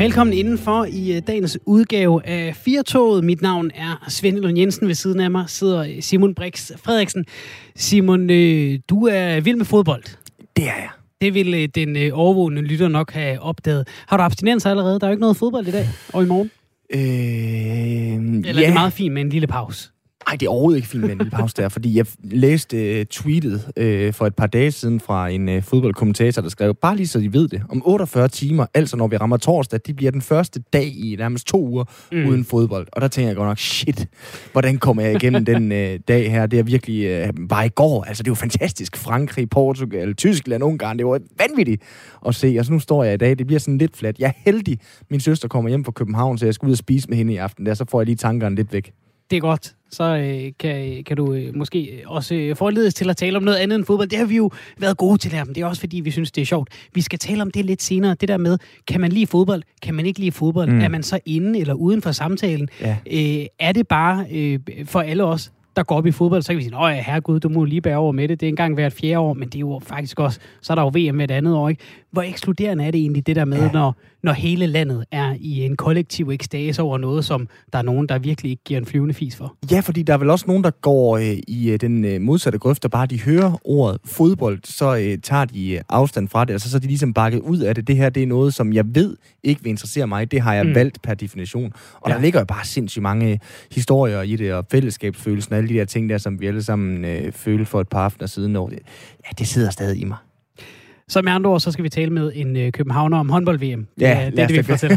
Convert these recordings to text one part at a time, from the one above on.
Velkommen indenfor i dagens udgave af Firtoget. Mit navn er Svend Lund Jensen. Ved siden af mig sidder Simon Brix Frederiksen. Simon, du er vild med fodbold. Det er jeg. Det vil den overvågende lytter nok have opdaget. Har du abstinens allerede? Der er jo ikke noget fodbold i dag og i morgen. Eller er det meget fint med en lille pause? Nej, det er overhovedet ikke fint med en lille pause der, fordi jeg læste tweetet for et par dage siden fra en fodboldkommentator, der skrev, bare lige så I ved det, om 48 timer, altså når vi rammer torsdag, det bliver den første dag i nærmest 2 uger uden fodbold. Og der tænker jeg godt nok, shit, hvordan kommer jeg igennem den dag her? Det er virkelig bare i går. Altså, det er jo fantastisk. Frankrig, Portugal, Tyskland, Ungarn, det var vanvittigt at se. Og så nu står jeg i dag, det bliver sådan lidt fladt. Jeg er heldig, min søster kommer hjem fra København, så jeg skal ud og spise med hende i aften. Der så får jeg lige tankerne lidt væk. Det er godt. Så kan du måske også forledes til at tale om noget andet end fodbold. Det har vi jo været gode til her, men det er også fordi, vi synes, det er sjovt. Vi skal tale om det lidt senere. Det der med, kan man lide fodbold? Kan man ikke lide fodbold? Er man så inde eller uden for samtalen? Ja. Er det bare for alle os, der går op i fodbold, så kan vi sige, ja, herregud, du må lige bære over med det. Det er engang hvert 4. år, men det er jo faktisk også, så er der jo VM med et andet år, ikke? Hvor ekskluderende er det egentlig, det der med, når hele landet er i en kollektiv ekstase over noget, som der er nogen, der virkelig ikke giver en flyvende fis for? Ja, fordi der er vel også nogen, der går i den modsatte grøft, der bare de hører ordet fodbold, så tager de afstand fra det, og så er de ligesom bakket ud af det. Det her, det er noget, som jeg ved ikke vil interessere mig. Det har jeg valgt per definition. Og der ligger jo bare sindssygt mange historier i det, og fællesskabsfølelsen og alle de der ting der, som vi alle sammen følte for et par aftener siden. Det sidder stadig i mig. Så med andre ord, så skal vi tale med en københavner om håndbold-VM. Ja, det er det, vi fortæller.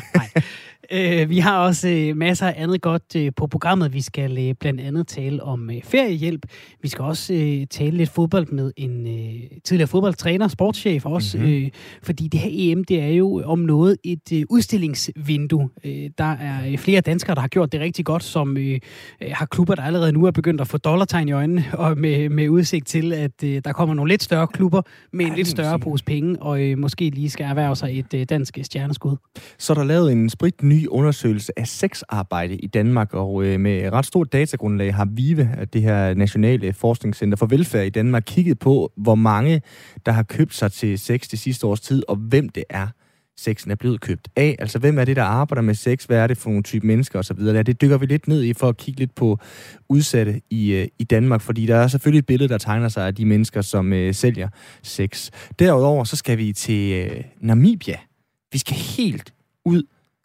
Nej. Vi har også masser af andet godt på programmet. Vi skal blandt andet tale om feriehjælp. Vi skal også tale lidt fodbold med en tidligere fodboldtræner, sportschef også. Fordi det her EM, det er jo om noget et udstillingsvindue. Der er flere danskere, der har gjort det rigtig godt, som har klubber, der allerede nu er begyndt at få dollartegn i øjnene, og med udsigt til, at der kommer nogle lidt større klubber med en lidt større pose penge, og måske lige skal erhverve sig et dansk stjerneskud. Så der er lavet en ny undersøgelse af sexarbejde i Danmark, og med ret stort datagrundlag har VIVE, det her nationale forskningscenter for velfærd i Danmark, kigget på, hvor mange, der har købt sig til sex det sidste års tid, og hvem det er, sexen er blevet købt af. Altså, hvem er det, der arbejder med sex? Hvad er det for nogle type mennesker osv.? Det dykker vi lidt ned i for at kigge lidt på udsatte i Danmark, fordi der er selvfølgelig et billede, der tegner sig af de mennesker, som sælger sex. Derudover så skal vi til Namibia. Vi skal helt ud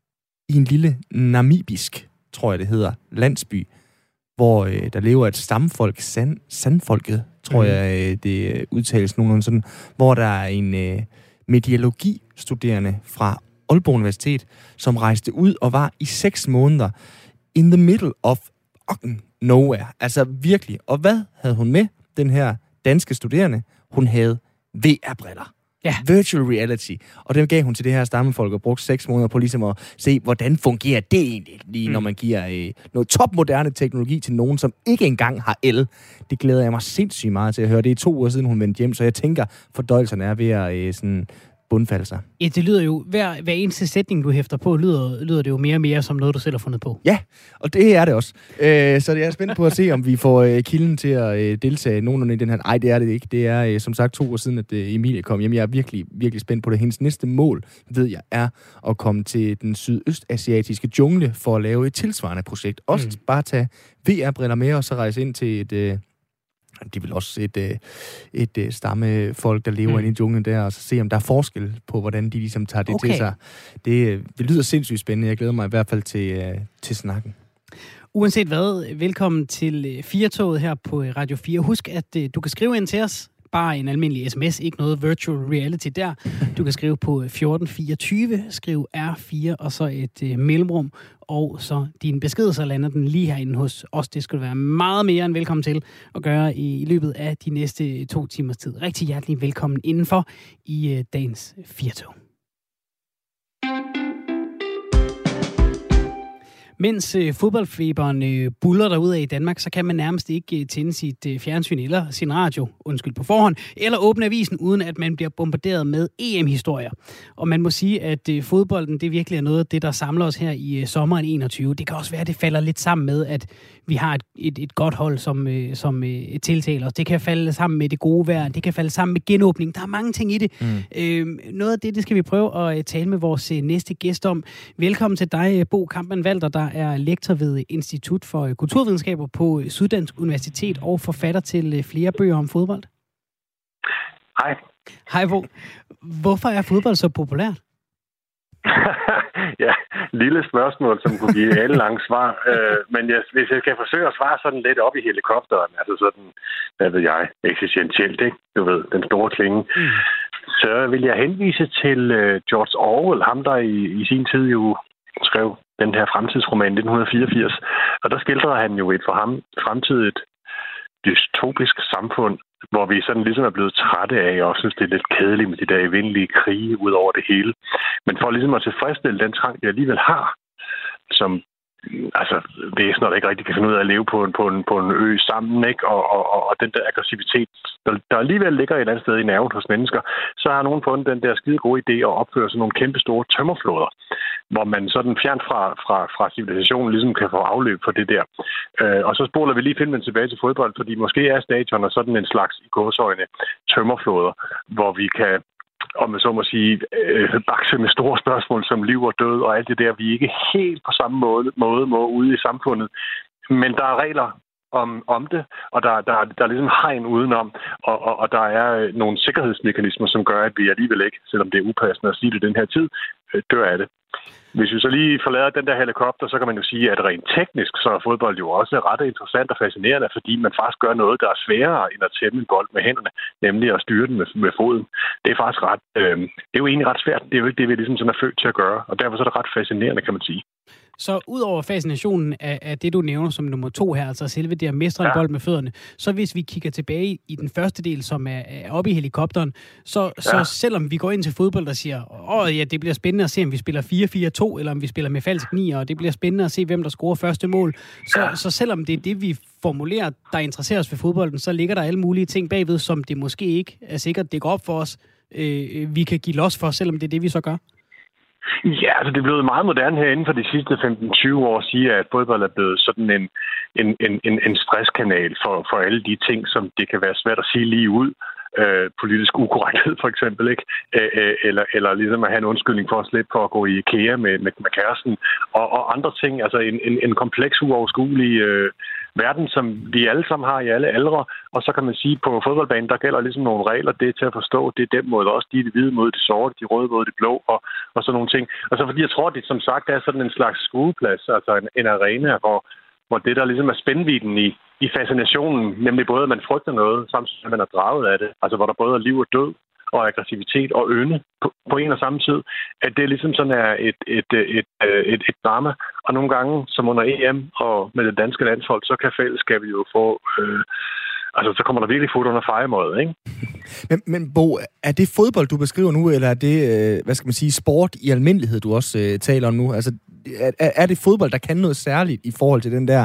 i en lille namibisk, tror jeg det hedder, landsby, hvor der lever et stamfolk, sandfolket, tror jeg det udtales nogenlunde sådan, hvor der er en mediologistuderende fra Aalborg Universitet, som rejste ud og var i 6 måneder in the middle of nowhere. Altså virkelig. Og hvad havde hun med, den her danske studerende? Hun havde VR-briller. Ja. Virtual reality. Og det gav hun til det her stammefolk og brugte 6 måneder på ligesom at se, hvordan fungerer det egentlig, lige når man giver noget topmoderne teknologi til nogen, som ikke engang har el. Det glæder jeg mig sindssygt meget til at høre. Det er 2 uger siden, hun vendte hjem, så jeg tænker, fordøjelserne er ved at sådan bundfalde sig. Ja, det lyder jo, hver eneste sætning, du hæfter på, lyder det jo mere og mere som noget, du selv har fundet på. Ja, og det er det også. Så det er spændt på at se, om vi får kilden til at deltage nogenlunde i den her. Nej, det er det ikke. Det er som sagt 2 år siden, at Emilie kom hjem. Jeg er virkelig, virkelig spændt på det. Hendes næste mål, ved jeg, er at komme til den sydøstasiatiske jungle for at lave et tilsvarende projekt. Også bare tage VR-briller med og så rejse ind til det er vel også et stammefolk, der lever inde i junglen der, og så se, om der er forskel på, hvordan de ligesom tager det til sig. Det lyder sindssygt spændende. Jeg glæder mig i hvert fald til snakken. Uanset hvad, velkommen til Firtoget her på Radio 4. Husk, at du kan skrive ind til os. Bare en almindelig sms, ikke noget virtual reality der. Du kan skrive på 1424, skriv R4 og så et mellemrum, og så din besked, så lander den lige herinde hos os. Det skal du være meget mere end velkommen til at gøre i løbet af de næste 2 timers tid. Rigtig hjertelig velkommen indenfor i dagens Firtog. Mens fodboldfeberen buller derudad i Danmark, så kan man nærmest ikke tænde sit fjernsyn eller sin radio, på forhånd, eller åbne avisen, uden at man bliver bombarderet med EM-historier. Og man må sige, at fodbolden, det virkelig er noget af det, der samler os her i sommeren 21. Det kan også være, at det falder lidt sammen med, at vi har et godt hold, som tiltaler os. Det kan falde sammen med det gode vejr, det kan falde sammen med genåbning. Der er mange ting i det. Noget af det skal vi prøve at tale med vores næste gæst om. Velkommen til dig, Bo Kampmann Walter, der er lektor ved Institut for Kulturvidenskaber på Syddansk Universitet og forfatter til flere bøger om fodbold. Hej. Hej, Bo. Hvorfor er fodbold så populært? Ja, lille spørgsmål, som kunne give alle lange svar. Men hvis jeg skal forsøge at svare sådan lidt op i helikopteren, altså sådan, hvad ved jeg, eksistentielt, ikke? Du ved, den store klinge. Så vil jeg henvise til George Orwell, ham der i sin tid jo skrev den her fremtidsroman 1984. Og der skildrede han jo et for ham fremtidigt dystopisk samfund, hvor vi sådan ligesom er blevet trætte af, og synes, det er lidt kedeligt med de der evindelige krige ud over det hele. Men for ligesom at tilfredsstille den trang, vi alligevel har, som altså væsener, der ikke rigtig kan finde ud af at leve på en ø sammen, ikke? Og den der aggressivitet, der alligevel ligger et eller andet sted i nerven hos mennesker, så har nogen fundet den der skide gode idé at opføre sådan nogle kæmpe store tømmerflåder, hvor man sådan fjernt fra civilisationen ligesom kan få afløb for det der. Og så spoler vi lige filmen tilbage til fodbold, fordi måske er stadion og sådan en slags i gåseøjne tømmerflåder, hvor vi kan, om man så må sige, bakse med store spørgsmål som liv og død og alt det der, vi ikke helt på samme måde må ude i samfundet. Men der er regler om det, og der er ligesom hegn udenom, og der er nogle sikkerhedsmekanismer, som gør, at vi alligevel ikke, selvom det er upassende at sige det den her tid, dør af det. Hvis vi så lige forlader den der helikopter, så kan man jo sige, at rent teknisk, så er fodbold jo også ret interessant og fascinerende, fordi man faktisk gør noget, der er sværere end at tæmme en bold med hænderne, nemlig at styre den med foden. Det er faktisk det er jo egentlig ret svært. Det er jo ikke det, vi ligesom sådan er født til at gøre, og derfor så er det ret fascinerende, kan man sige. Så ud over fascinationen af det, du nævner som nummer 2 her, altså selve det at mestre en bold med fødderne, så hvis vi kigger tilbage i den første del, som er oppe i helikopteren, så selvom vi går ind til fodbold og siger, det bliver spændende at se, om vi spiller 4-4-2, eller om vi spiller med falsk 9, og det bliver spændende at se, hvem der scorer første mål, så selvom det er det, vi formulerer, der interesserer os ved fodbolden, så ligger der alle mulige ting bagved, som det måske ikke er sikkert, det går op for os, vi kan give los for, selvom det er det, vi så gør. Ja, altså det er blevet meget moderne her inden for de sidste 15-20 år at sige, at fodbold er blevet sådan en stresskanal for alle de ting, som det kan være svært at sige lige ud. Politisk ukorrekthed for eksempel, ikke? Eller ligesom at have en undskyldning for at slippe for at gå i IKEA med kæresten og andre ting. Altså en kompleks, uoverskuelig verden, som vi alle sammen har i alle aldre. Og så kan man sige, at på fodboldbanen, der gælder ligesom nogle regler. Det er til at forstå. Det er dem mod os. De er de hvide mod de sorte, de røde mod de blå og sådan nogle ting. Og så fordi jeg tror, det som sagt er sådan en slags skueplads, altså en arena, hvor det der ligesom er spændvidden i fascinationen, nemlig både at man frygter noget, samtidig at man er draget af det, altså hvor der både er liv og død og aggressivitet og ynde på en og samme tid, at det ligesom sådan er et drama. Og nogle gange, som under EM og med det danske landshold, så kan fællesskabet jo få så kommer der virkelig fod under fejemåde, ikke? Men Bo, er det fodbold, du beskriver nu, eller er det, sport i almindelighed, du også taler om nu? Altså, er det fodbold, der kan noget særligt i forhold til den der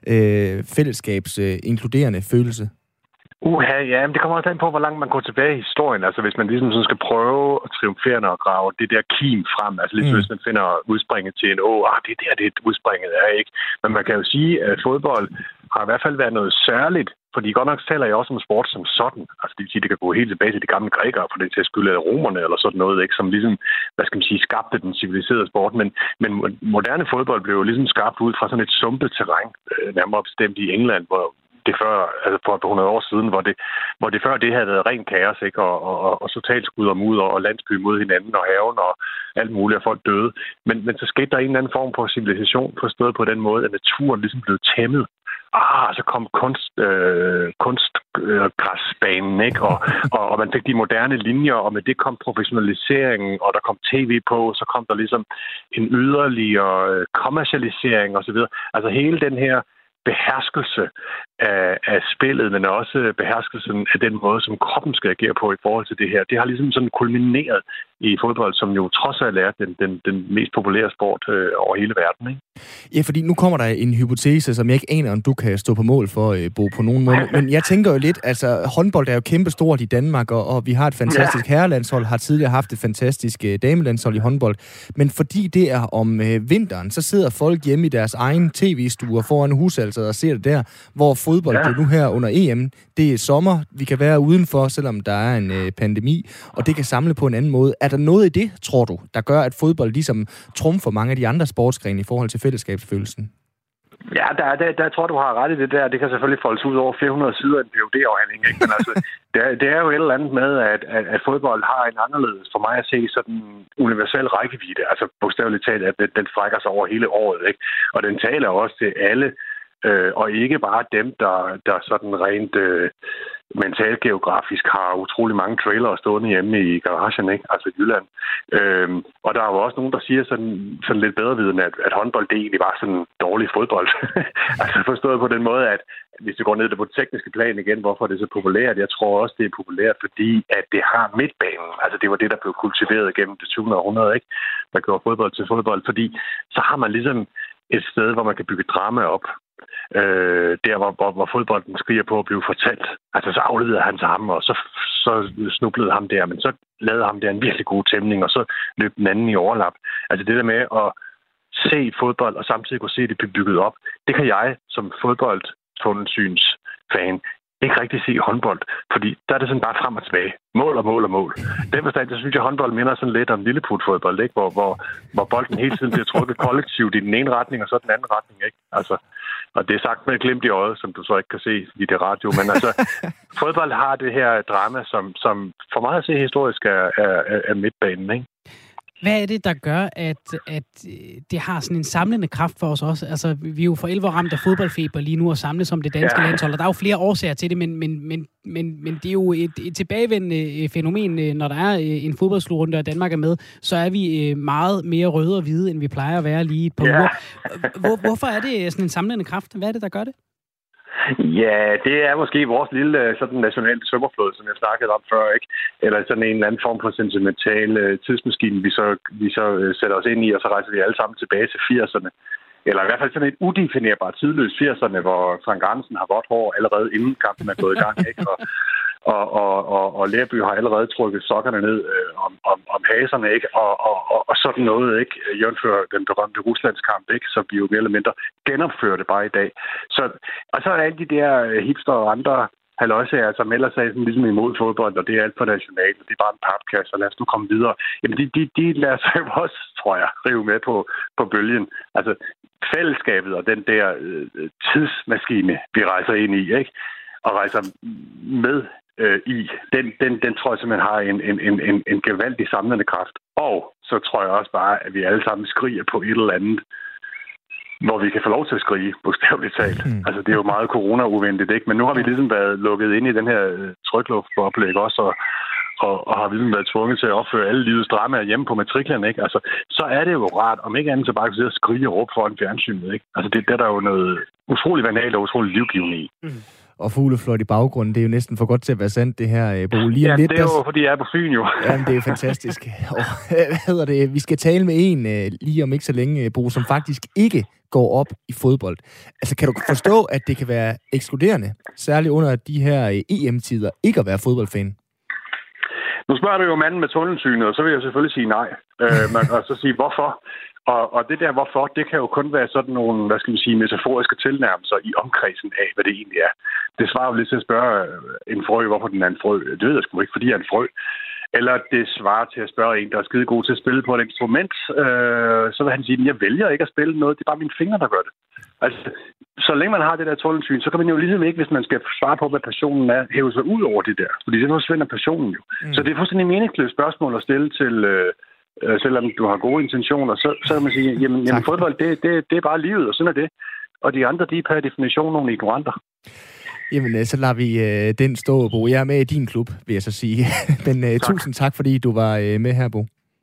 fællesskabsinkluderende følelse? Ja, men det kommer også an på, hvor langt man går tilbage i historien. Altså, hvis man ligesom sådan skal prøve at triumferende og grave det der kim frem, altså ligesom hvis man finder udspringet til en det er udspringet er, ikke? Men man kan jo sige, at fodbold har i hvert fald været noget særligt, fordi godt nok taler jeg også om sport som sådan. Altså, det vil sige, at det kan gå helt tilbage til de gamle grækere, for det til at skylde romerne eller sådan noget, ikke? Som ligesom, skabte den civiliserede sport. Men moderne fodbold blev jo ligesom skabt ud fra sådan et sumpet terræn, nærmere bestemt i England, hvor det før, altså for 100 år siden, hvor det før det havde været ren kaos, ikke? Og totalt skud og mudder og landsby mod hinanden og haven og alt muligt, og folk døde. Men så skete der en eller anden form for civilisation forstået på den måde, at naturen ligesom blev tæmmet. Så kom kunstgræsbanen, ikke? Og man fik de moderne linjer, og med det kom professionaliseringen, og der kom tv på, så kom der ligesom en yderligere kommercialisering osv. Altså hele den her beherskelse af spillet, men også beherskelsen af den måde, som kroppen skal agere på i forhold til det her. Det har ligesom sådan kulmineret i fodbold, som jo trods alt er den mest populære sport over hele verden, ikke? Ja, fordi nu kommer der en hypotese, som jeg ikke aner, om du kan stå på mål for, Bo, på nogen måde. Men jeg tænker jo lidt, altså håndbold er jo kæmpestort i Danmark, og vi har et fantastisk herrelandshold, har tidligere haft et fantastisk damelandshold i håndbold. Men fordi det er om vinteren, så sidder folk hjemme i deres egen tv-stuer foran husalteret og ser det der, hvor fodbold det nu her under EM, det er sommer, vi kan være udenfor, selvom der er en pandemi, og det kan samle på en anden måde. Er der noget i det, tror du, der gør, at fodbold ligesom trumfer mange af de andre sportsgrene i forhold til fællesskabsfølelsen? Ja, der tror du har ret i det der. Det kan selvfølgelig foldes ud over 400 sider af en PhD-afhandling, ikke? Men altså, det er jo et eller andet med, at fodbold har en anderledes, for mig at se, sådan universel rækkevidde. Altså bogstaveligt talt, at den strækker sig over hele året, ikke? Og den taler også til alle, og ikke bare dem, der sådan rent mentalgeografisk har utrolig mange trailere stående hjemme i garagen, ikke? Altså i Jylland. Og der er jo også nogen, der siger sådan lidt bedrevidende, at håndbold det egentlig var sådan dårlig fodbold. Altså forstået på den måde, at hvis du går ned på det tekniske plan igen, hvorfor det er så populært? Jeg tror også, det er populært, fordi at det har midtbanen. Altså det var det, der blev kultiveret gennem det 20. århundrede, ikke? Der gjorde fodbold til fodbold, fordi så har man ligesom et sted, hvor man kan bygge drama op. Der hvor fodbolden skriger på at blive fortalt. Altså så afleverede han til ham, og så snublede ham der, men så lavede ham der en virkelig god tæmning, og så løb den anden i overlap. Altså det der med at se fodbold og samtidig kunne se det blive bygget op, det kan jeg som fodboldtunnelsynsfan ikke rigtig se håndbold, fordi der er det sådan bare frem og tilbage. Mål og mål og mål. Den forstand, jeg synes, at håndbold minder sådan lidt om lilleputfodbold, ikke? Hvor bolden hele tiden bliver trukket kollektivt i den ene retning, og så den anden retning, ikke? Altså, og det er sagt med et glimt i øjet, som du så ikke kan se i det radio, men altså, fodbold har det her drama, som for mig at se historisk er midtbanen, ikke? Hvad er det, der gør, at det har sådan en samlende kraft for os også? Altså, vi er jo for 11 år ramt af fodboldfeber lige nu og samles om det danske landshold, og der er jo flere årsager til det, men det er jo et tilbagevendende fænomen, når der er en fodboldslutrunde, og Danmark er med, så er vi meget mere røde og hvide, end vi plejer at være lige et par uger. Hvorfor er det sådan en samlende kraft? Hvad er det, der gør det? Ja, det er måske vores lille sådan nationale svømmerflåde, som jeg snakkede om før, ikke? Eller sådan en eller anden form for sentimental tidsmaskine, vi så sætter os ind i, og så rejser vi alle sammen tilbage til 80'erne. Eller i hvert fald sådan et udefinerbart tidløst 80'erne, hvor Frank Andersen har vådt hår allerede inden kampen er gået i gang, ikke? Og Lerby har allerede trukket sokkerne ned om haserne, ikke? Og sådan noget, ikke? Jævnfører den berømte Ruslandskamp, ikke? Så vi jo mere eller mindre genopfører det bare i dag. Og så er alle de der hipster og andre halløjsager, altså melder sig sådan ligesom imod fodbold, og det er alt for nationalt, og det er bare en papkasse, og lad os nu komme videre. Jamen, de lader sig jo også, tror jeg, rive med på bølgen. Altså, fællesskabet og den der tidsmaskine, vi rejser ind i, ikke? Og rejser med i, den tror jeg simpelthen har en gevaldig samlende kraft. Og så tror jeg også bare, at vi alle sammen skriger på et eller andet, hvor vi kan få lov til at skrige, bogstaveligt talt. Altså, det er jo meget corona-uventigt, ikke? Men nu har vi ligesom været lukket ind i den her trykluftoplæg også, og har ligesom været tvunget til at opføre alle livets dramaer hjemme på matriklen, ikke? Altså, så er det jo rart, om ikke andet så bare kan sidde og skrige og råbe foran fjernsynet, ikke? Altså, det er der jo noget utrolig banalt og utrolig livgivende i. Og fuglefløjt i baggrunden, det er jo næsten for godt til at være sandt, det her, Bo. Lige ja, lidt, det er jo, fordi jeg er på Fyn, jo. Jamen, det er fantastisk. Og, hvad hedder det? Vi skal tale med en lige om ikke så længe, Bo, som faktisk ikke går op i fodbold. Altså, kan du forstå, at det kan være ekskluderende, særligt under de her EM-tider, ikke at være fodboldfan? Nu spørger du jo manden med tunnelsynet, og så vil jeg selvfølgelig sige nej. Og så sige, hvorfor? Og det der hvorfor, det kan jo kun være sådan nogle, hvad skal vi sige, metaforiske tilnærmelser i omkredsen af, hvad det egentlig er. Det svarer jo lidt til at spørge en frø, hvorfor den er en frø. Det ved jeg sgu ikke, fordi jeg er en frø. Eller det svarer til at spørge en, der er skide god til at spille på et instrument. Så vil han sige, jeg vælger ikke at spille noget, det er bare mine fingre, der gør det. Altså, så længe man har det der tunnelsyn, så kan man jo ligesom ikke, hvis man skal svare på, hvad passionen er, hæve sig ud over det der. Fordi det forsvinder passionen jo. Så det er fuldstændig meningsløst spørgsmål at stille til... selvom du har gode intentioner, så kan man sige, jamen fodbold, det er bare livet, og sådan er det. Og de andre, de er per definition nogle ignoranter. Jamen, så lader vi den stå, Bo. Jeg er med i din klub, vil jeg så sige. Men tusind tak, fordi du var med her, Bo.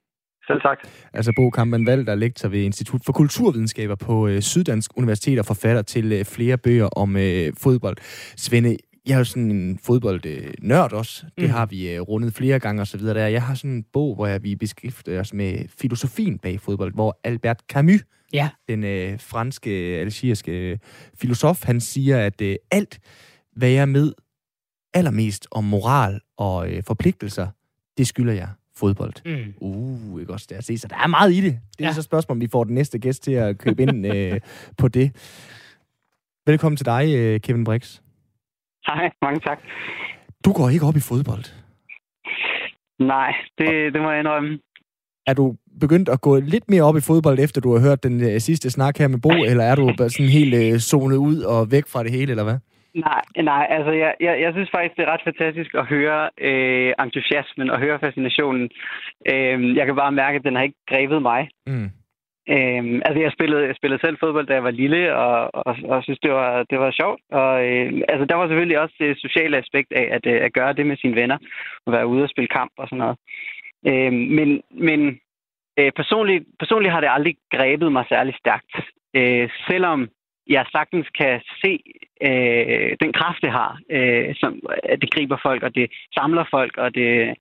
Selv tak. Altså Bo Kampmann-Wall, der er lektor ved Institut for Kulturvidenskaber på Syddansk Universitet og forfatter til flere bøger om fodbold. Svende, jeg er jo sådan en fodboldnørd også. Det har vi rundet flere gange og så videre. Jeg har sådan en bog, hvor vi beskæftiger os med filosofien bag fodbold, hvor Albert Camus, den franske, algeriske filosof, han siger, at alt, hvad jeg med allermest om moral og forpligtelser, det skylder jeg fodbold. Ikke også der. Så der er meget i det. Det er så et spørgsmål, om vi får den næste gæst til at købe ind på det. Velkommen til dig, Kevin Brix. Hej, mange tak. Du går ikke op i fodbold? Nej, det må jeg indrømme. Er du begyndt at gå lidt mere op i fodbold, efter du har hørt den sidste snak her med Bo, eller er du sådan helt zonet ud og væk fra det hele, eller hvad? Nej, altså jeg synes faktisk, det er ret fantastisk at høre entusiasmen og høre fascinationen. Jeg kan bare mærke, at den har ikke grebet mig. Altså jeg spillede selv fodbold, da jeg var lille, og synes, det var sjovt. Og altså der var selvfølgelig også det sociale aspekt af at gøre det med sine venner, og være ude og spille kamp og sådan noget. Men personligt har det aldrig grebet mig særlig stærkt. Selvom jeg sagtens kan se den kraft, det har, som, at det griber folk, og det samler folk, og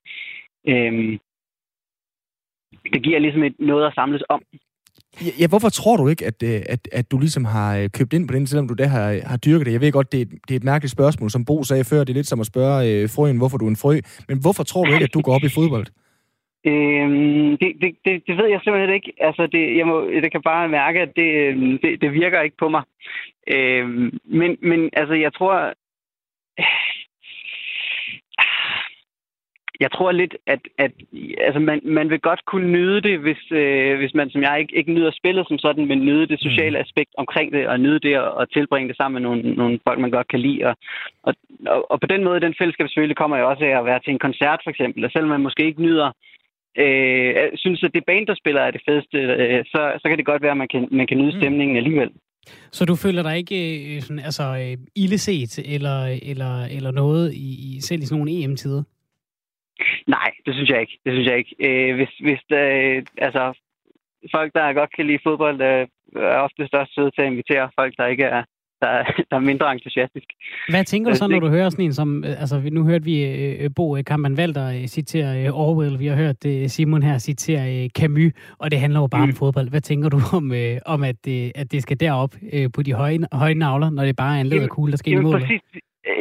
det giver ligesom noget at samles om. Ja, hvorfor tror du ikke, at du ligesom har købt ind på den, selvom du da har dyrket det? Jeg ved godt, det er et mærkeligt spørgsmål, som Bo sagde før. Det er lidt som at spørge frøen, hvorfor du er en frø. Men hvorfor tror du ikke, at du går op i fodbold? Det ved jeg simpelthen ikke. Altså, det kan bare mærke, at det virker ikke på mig. Men altså, jeg tror lidt, at altså man vil godt kunne nyde det, hvis man som jeg ikke nyder spillet som sådan, men nyde det sociale aspekt omkring det, og nyde det og tilbringe det sammen med nogle folk, man godt kan lide. Og på den måde, den fællesskab selvfølgelig kommer jo også af at være til en koncert, for eksempel. Og selvom man måske ikke nyder, synes, at det band, der spiller, er det fedeste, så kan det godt være, at man kan nyde stemningen alligevel. Så du føler dig ikke sådan, ildeset eller noget selv i sådan nogle EM-tider? Nej, det synes jeg ikke. Hvis folk, der godt kan lide fodbold, er ofte størst søde til at invitere folk, der ikke er der er mindre entusiastisk. Hvad tænker du så, når du hører sådan en som... Altså, nu hørte vi Bo Kampmann-Wall, der citerer Orwell. Vi har hørt Simon her citere Camus, og det handler jo bare om fodbold. Hvad tænker du om at det skal derop på de høje navler, når det bare er en læderkugle, der skal ind i målet? Præcis.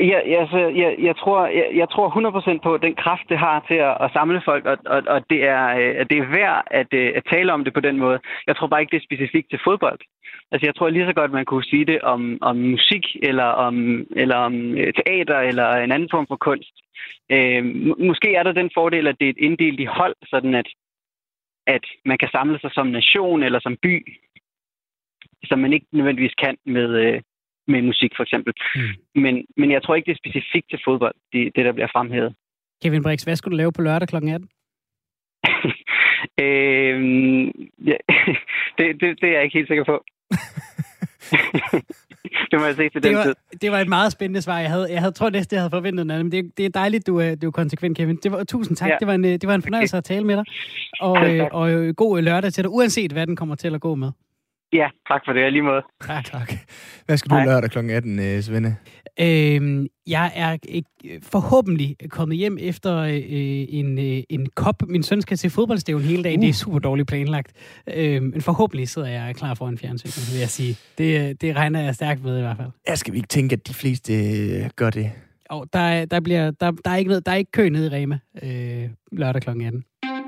Jeg tror 100% på den kraft, det har til at samle folk, og det er værd at tale om det på den måde. Jeg tror bare ikke, det er specifikt til fodbold. Altså, jeg tror lige så godt, man kunne sige det om musik, eller om teater, eller en anden form for kunst. Måske er der den fordel, at det er et inddelt i hold, sådan at man kan samle sig som nation eller som by, som man ikke nødvendigvis kan med musik, for eksempel. Men jeg tror ikke, det er specifikt til fodbold, det der bliver fremhævet. Kevin Brix, hvad skulle du lave på lørdag kl. 18? Det er jeg ikke helt sikker på. Det må jeg se til den tid. Det var et meget spændende svar. Jeg tror næsten, jeg havde forventet noget, men det er dejligt, du er konsekvent, Kevin. Tusind tak. Ja. Det var en fornøjelse at tale med dig. Og god lørdag til dig, uanset hvad den kommer til at gå med. Ja, tak for det. Lige måde. Tak. Hvad skal du lørdag kl. 18, Svende? Jeg er forhåbentlig kommet hjem efter en kop. Min søn skal til fodboldstævn hele dagen. Det er super dårligt planlagt. Men forhåbentlig sidder jeg klar foran fjernsynet, vil jeg sige. Det regner jeg stærkt med i hvert fald. Ja, skal vi ikke tænke, at de fleste gør det? Og der er ikke kø nede i Rema lørdag kl. 18.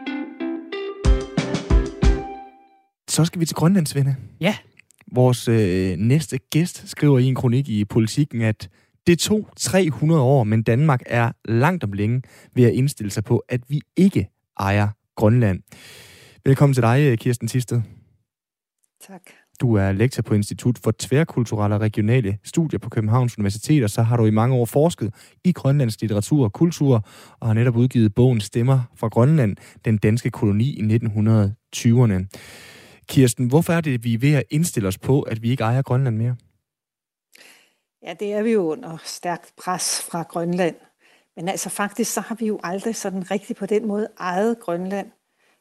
Så skal vi til Grønland, Svende. Ja. Vores næste gæst skriver i en kronik i Politikken, at det tog 300 år, men Danmark er langt om længe ved at indstille sig på, at vi ikke ejer Grønland. Velkommen til dig, Kirsten Thisted. Tak. Du er lektor på Institut for Tværkulturelle og Regionale Studier på Københavns Universitet, og så har du i mange år forsket i grønlandsk litteratur og kultur, og har netop udgivet bogen Stemmer fra Grønland, den danske koloni i 1920'erne. Kirsten, hvorfor er det, vi er ved at indstille os på, at vi ikke ejer Grønland mere? Ja, det er vi jo under stærkt pres fra Grønland. Men altså faktisk, så har vi jo aldrig sådan rigtig på den måde ejet Grønland.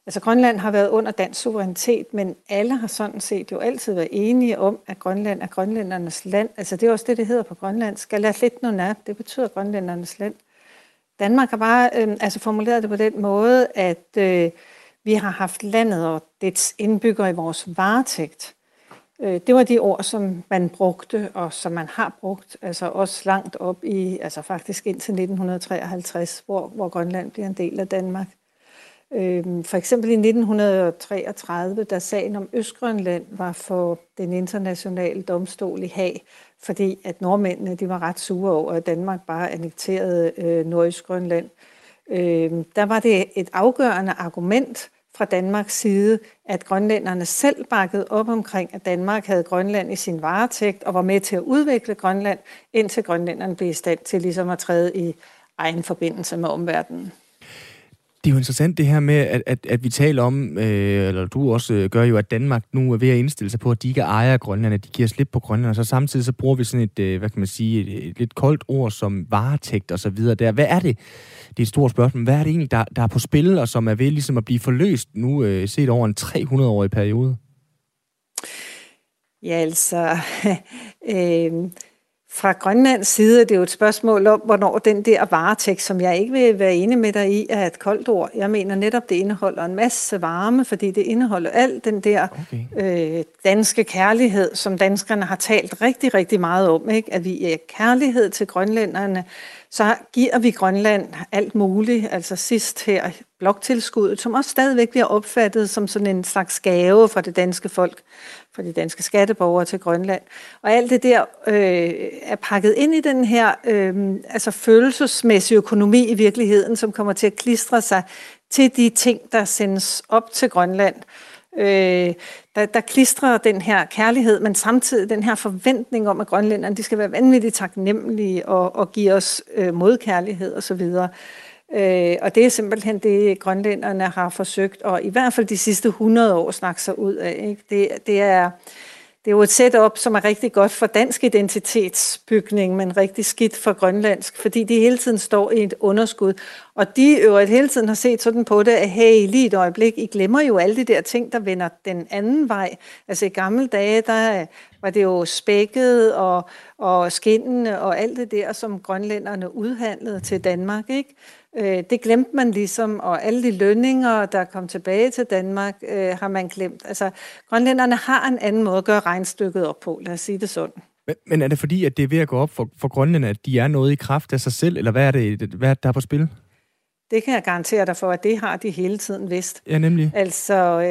Altså Grønland har været under dansk suverænitet, men alle har sådan set jo altid været enige om, at Grønland er grønlændernes land. Altså det er også det hedder på grønlandsk. Galatletnunat, det betyder grønlændernes land. Danmark har bare formuleret det på den måde, at vi har haft landet og dets indbyggere i vores varetægt. Det var de ord, som man brugte, og som man har brugt, altså også langt op i, altså faktisk indtil 1953, hvor Grønland bliver en del af Danmark. For eksempel i 1933, da sagen om Østgrønland var for den internationale domstol i Haag, fordi at nordmændene de var ret sure over, at Danmark bare annekterede Nordøstgrønland. Der var det et afgørende argument fra Danmarks side, at grønlænderne selv bakkede op omkring, at Danmark havde Grønland i sin varetægt og var med til at udvikle Grønland, indtil grønlænderne blev i stand til ligesom at træde i egen forbindelse med omverdenen. Det er jo interessant det her med, at vi taler om, eller du også gør jo, at Danmark nu er ved at indstille sig på, at de ikke ejer Grønland, at de giver slip på Grønland, og så samtidig så bruger vi sådan et, hvad kan man sige, et lidt koldt ord som varetægt og så videre der. Hvad er det? Det er et stort spørgsmål. Hvad er det egentlig, der er på spil, og som er ved ligesom at blive forløst nu, set over en 300-årig periode? Ja, altså... Fra Grønlands side er det jo et spørgsmål om, hvornår den der varetægt, som jeg ikke vil være enig med dig i, er et koldt ord. Jeg mener netop, det indeholder en masse varme, fordi det indeholder alt den der danske kærlighed, som danskerne har talt rigtig, rigtig meget om. Ikke? At vi er kærlighed til grønlænderne, så giver vi Grønland alt muligt. Altså sidst her bloktilskuddet, som også stadigvæk bliver opfattet som sådan en slags gave fra det danske folk, fra de danske skatteborgere til Grønland. Og alt det der er pakket ind i den her følelsesmæssige økonomi i virkeligheden, som kommer til at klistre sig til de ting, der sendes op til Grønland. Der klistrer den her kærlighed, men samtidig den her forventning om, at grønlænderne de skal være vanvittigt taknemmelige og give os modkærlighed osv. Og det er simpelthen det, grønlænderne har forsøgt, og i hvert fald de sidste 100 år snakke sig ud af. Ikke? Det er jo et setup, som er rigtig godt for dansk identitetsbygning, men rigtig skidt for grønlandsk, fordi de hele tiden står i et underskud. Og de øvrigt hele tiden har set sådan på det, at hey, lige et øjeblik, I glemmer jo alle de der ting, der vender den anden vej. Altså i gamle dage, der var det jo spækket og skinnene og alt det der, som grønlænderne udhandlede til Danmark, ikke? Det glemte man ligesom, og alle de lønninger, der kom tilbage til Danmark, har man glemt. Altså, grønlænderne har en anden måde at gøre regnstykket op på, lad os sige det sådan. Men er det fordi, at det er ved at gå op for grønlænderne, at de er noget i kraft af sig selv, eller hvad er det, der er på spil? Det kan jeg garantere dig for, at det har de hele tiden vidst. Ja, nemlig. Altså,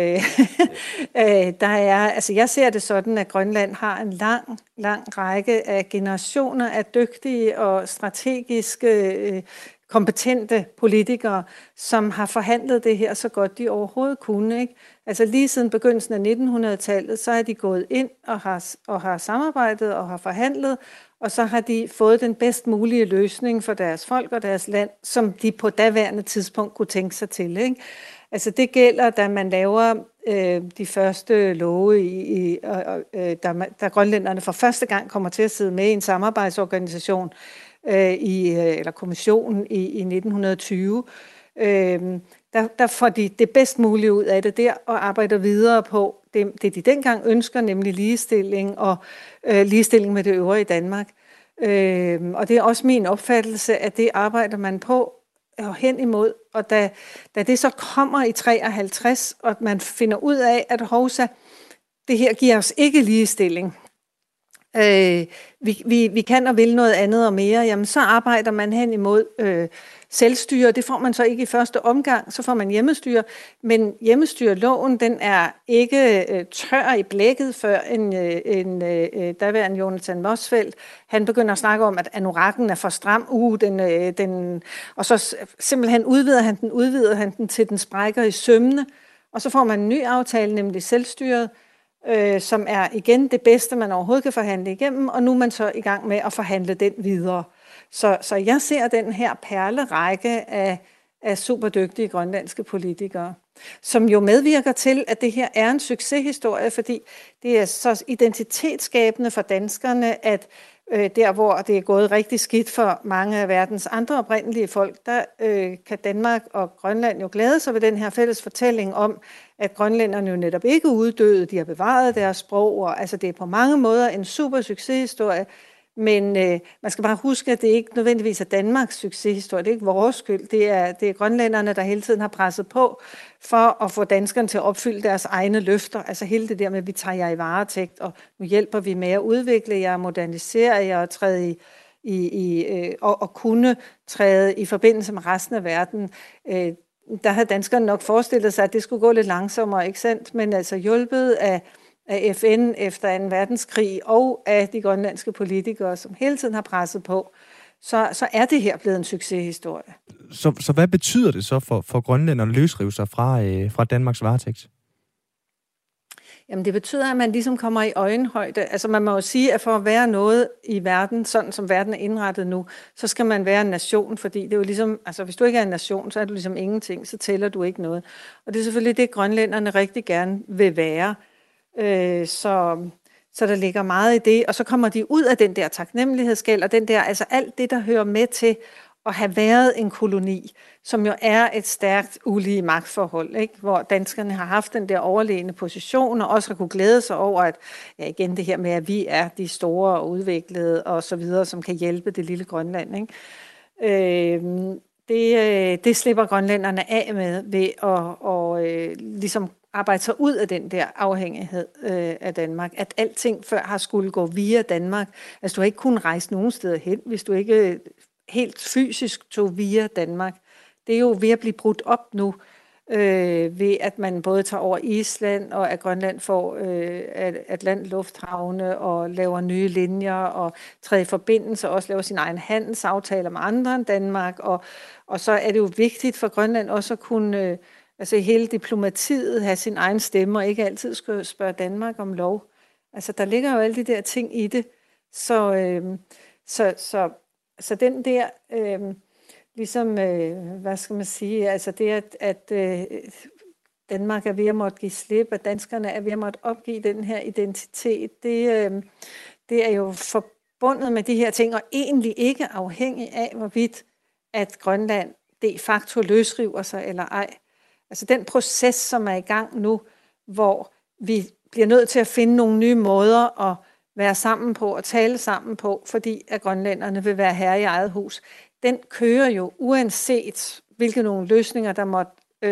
jeg ser det sådan, at Grønland har en lang række af generationer af dygtige og strategiske kompetente politikere, som har forhandlet det her så godt de overhovedet kunne. Ikke? Altså lige siden begyndelsen af 1900-tallet, så er de gået ind og har samarbejdet og har forhandlet, og så har de fået den bedst mulige løsning for deres folk og deres land, som de på daværende tidspunkt kunne tænke sig til. Ikke? Altså det gælder, da man laver de første love, da grønlænderne for første gang kommer til at sidde med i en samarbejdsorganisation, eller kommissionen i 1920. Der får de det bedst mulige ud af det der, og arbejder videre på det de dengang ønsker, nemlig ligestilling og ligestilling med det øvrige Danmark. Og det er også min opfattelse, at det arbejder man på hen imod. Og da det så kommer i 53, og man finder ud af, at hovsa, det her giver os ikke ligestilling, vi kan og vil noget andet og mere, jamen så arbejder man hen imod selvstyre. Det får man så ikke i første omgang, så får man hjemmestyre, men hjemmestyreloven, den er ikke tør i blækket, før en daværende Jonathan Motzfeldt, han begynder at snakke om, at anorakken er for stram, og så simpelthen udvider han den til den sprækker i sømmene, og så får man en ny aftale, nemlig selvstyret, som er igen det bedste, man overhovedet kan forhandle igennem, og nu er man så i gang med at forhandle den videre. Så jeg ser den her perlerække af superdygtige grønlandske politikere, som jo medvirker til, at det her er en succeshistorie, fordi det er så identitetsskabende for danskerne, at der hvor det er gået rigtig skidt for mange af verdens andre oprindelige folk, der kan Danmark og Grønland jo glæde sig ved den her fælles fortælling om, at grønlænderne jo netop ikke uddøde, de har bevaret deres sprog, og altså det er på mange måder en super succeshistorie, men man skal bare huske, at det ikke nødvendigvis er Danmarks succeshistorie, det er ikke vores skyld, det er grønlænderne, der hele tiden har presset på for at få danskerne til at opfylde deres egne løfter, altså hele det der med, at vi tager jer i varetægt, og nu hjælper vi med at udvikle jer, modernisere jer og træde og kunne træde i forbindelse med resten af verden. Der havde danskerne nok forestillet sig, at det skulle gå lidt langsommere, ikke sandt? Men altså hjulpet af FN efter 2. verdenskrig og af de grønlandske politikere, som hele tiden har presset på, så er det her blevet en succeshistorie. Så hvad betyder det så for grønlænderne at løsrive sig fra Danmarks varetægt? Jamen det betyder, at man ligesom kommer i øjenhøjde. Altså man må jo sige, at for at være noget i verden, sådan som verden er indrettet nu, så skal man være en nation, fordi det er jo ligesom, altså hvis du ikke er en nation, så er du ligesom ingenting, så tæller du ikke noget. Og det er selvfølgelig det, grønlænderne rigtig gerne vil være. Så der ligger meget i det, og så kommer de ud af den der taknemmelighedsgæld, og den der, altså alt det, der hører med til at have været en koloni, som jo er et stærkt ulige magtforhold, ikke? Hvor danskerne har haft den der overlegne position, og også har kunne glæde sig over, at ja, igen det her med, at vi er de store og udviklede og så videre, som kan hjælpe det lille Grønland, ikke? Det slipper grønlænderne af med ved at ligesom arbejde sig ud af den der afhængighed af Danmark. At alting før har skulle gå via Danmark. Altså du har ikke kunnet rejse nogen steder hen, hvis du ikke helt fysisk tog via Danmark. Det er jo ved at blive brudt op nu, ved at man både tager over Island, og at Grønland får Atlantlufthavne og laver nye linjer og træder i forbindelse og også laver sin egen handelsaftaler med andre end Danmark. Og så er det jo vigtigt for Grønland også at kunne, altså i hele diplomatiet, have sin egen stemme og ikke altid skal spørge Danmark om lov. Altså der ligger jo alle de der ting i det. Så den der, ligesom, hvad skal man sige, altså det, at Danmark er ved at måtte give slip, at danskerne er ved at måtte opgive den her identitet, det er jo forbundet med de her ting, og egentlig ikke afhængig af, hvorvidt at Grønland de facto løsriver sig eller ej. Altså den proces, som er i gang nu, hvor vi bliver nødt til at finde nogle nye måder at være sammen på og tale sammen på, fordi at grønlænderne vil være herre i eget hus, den kører jo uanset hvilke nogle løsninger, der måtte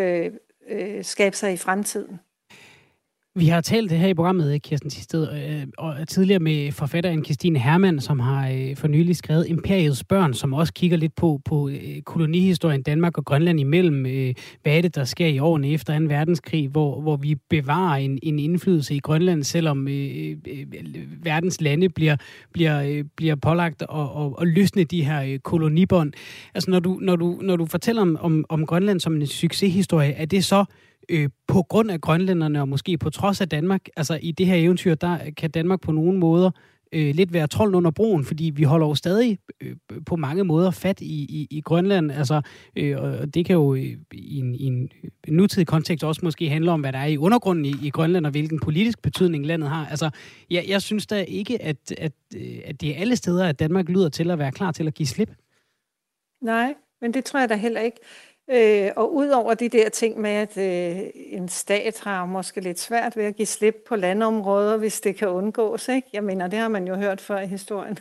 skabe sig i fremtiden. Vi har talt det her i programmet, Kirsten Thisted, og tidligere med forfatteren Kirstine Hermann, som har for nylig skrevet Imperiets børn, som også kigger lidt på kolonihistorien Danmark og Grønland imellem. Hvad er det, der sker i årene efter 2. verdenskrig, hvor vi bevarer en indflydelse i Grønland, selvom verdens lande bliver pålagt at løsne de her kolonibånd. Altså når du fortæller om Grønland som en succeshistorie, er det så på grund af grønlænderne, og måske på trods af Danmark, altså i det her eventyr, der kan Danmark på nogle måder lidt være trolden under broen, fordi vi holder jo stadig på mange måder fat i Grønland, altså, og det kan jo i en nutidig kontekst også måske handle om, hvad der er i undergrunden i Grønland, og hvilken politisk betydning landet har. Altså, jeg synes da ikke, at det er alle steder, at Danmark lyder til at være klar til at give slip. Nej, men det tror jeg da heller ikke. Og udover de der ting med, at en stat har måske lidt svært ved at give slip på landområder, hvis det kan undgås, ikke? Jeg mener, det har man jo hørt før i historien.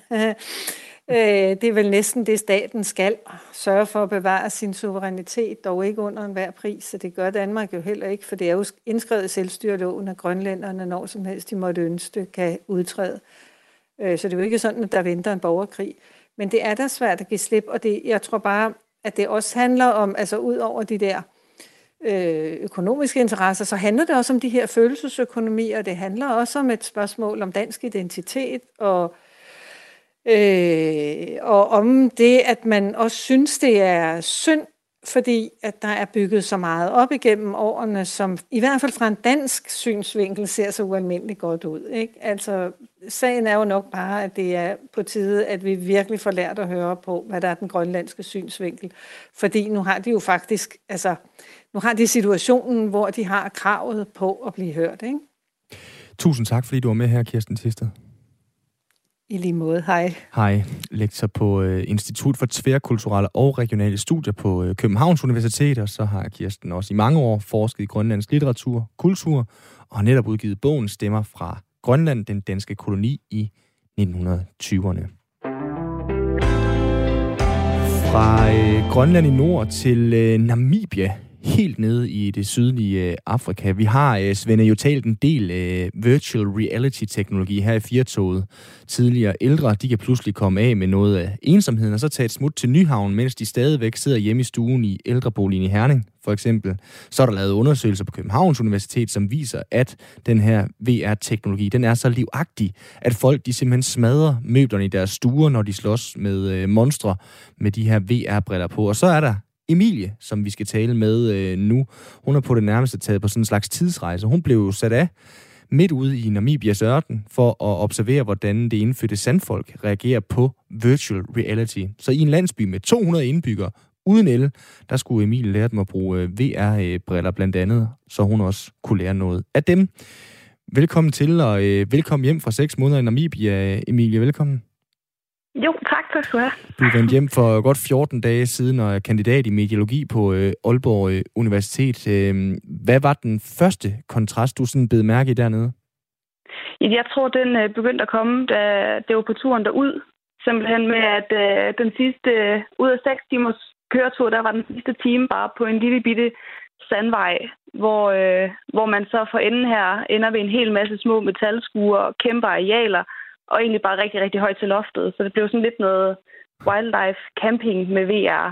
Det er vel næsten det, staten skal sørge for at bevare sin suverænitet, dog ikke under enhver pris, så det gør Danmark jo heller ikke, for det er jo indskrevet i selvstyreloven, at grønlænderne, når som helst de måtte ønske, kan udtræde. Så det er jo ikke sådan, at der venter en borgerkrig. Men det er da svært at give slip, og jeg tror bare, at det også handler om, altså ud over de der økonomiske interesser, så handler det også om de her følelsesøkonomier, og det handler også om et spørgsmål om dansk identitet, og om det, at man også synes, det er synd, fordi at der er bygget så meget op igennem årene, som i hvert fald fra en dansk synsvinkel ser så ualmindeligt godt ud, ikke? Altså, sagen er jo nok bare, at det er på tide, at vi virkelig får lært at høre på, hvad der er den grønlandske synsvinkel. Fordi nu har de jo faktisk, altså, nu har de situationen, hvor de har kravet på at blive hørt, ikke? Tusind tak, fordi du var med her, Kirsten Thisted. I lige måde. Hej. Hej. Lektor på Institut for Tværkulturelle og Regionale Studier på Københavns Universitet, og så har Kirsten også i mange år forsket i grønlandsk litteratur, kultur, og har netop udgivet bogen Stemmer fra Grønland, den danske koloni i 1920'erne. Fra Grønland i nord til Namibia, helt nede i det sydlige Afrika. Vi har, Svende, jo talt en del virtual reality-teknologi her i Firtoget. Tidligere ældre, de kan pludselig komme af med noget af ensomheden, og så tage et smut til Nyhavn, mens de stadigvæk sidder hjemme i stuen i ældreboligen i Herning, for eksempel. Så er der lavet undersøgelser på Københavns Universitet, som viser, at den her VR-teknologi, den er så livagtig, at folk, de simpelthen smadrer møblerne i deres stuer, når de slås med monstre med de her VR-briller på. Og så er der Emilie, som vi skal tale med nu. Hun er på det nærmeste taget på sådan en slags tidsrejse. Hun blev sat af midt ude i Namibias ørken for at observere, hvordan det indfødte sandfolk reagerer på virtual reality. Så i en landsby med 200 indbyggere uden el, der skulle Emilie lære dem at bruge VR-briller blandt andet, så hun også kunne lære noget af dem. Velkommen til, og velkommen hjem fra 6 måneder i Namibia, Emilie. Velkommen. Jo, tak skal du have. Du er vendt hjem for godt 14 dage siden og er kandidat i mediologi på Aalborg Universitet. Hvad var den første kontrast, du sådan bed mærke i dernede? Jeg tror, den begyndte at komme, da det var på turen derud. Simpelthen med, at den sidste ud af 6 timers køretur, der var den sidste time bare på en lille bitte sandvej, hvor man så for enden her ender ved en hel masse små metalskure og kæmpe arealer, og egentlig bare rigtig, rigtig højt til loftet. Så det blev sådan lidt noget wildlife camping med VR.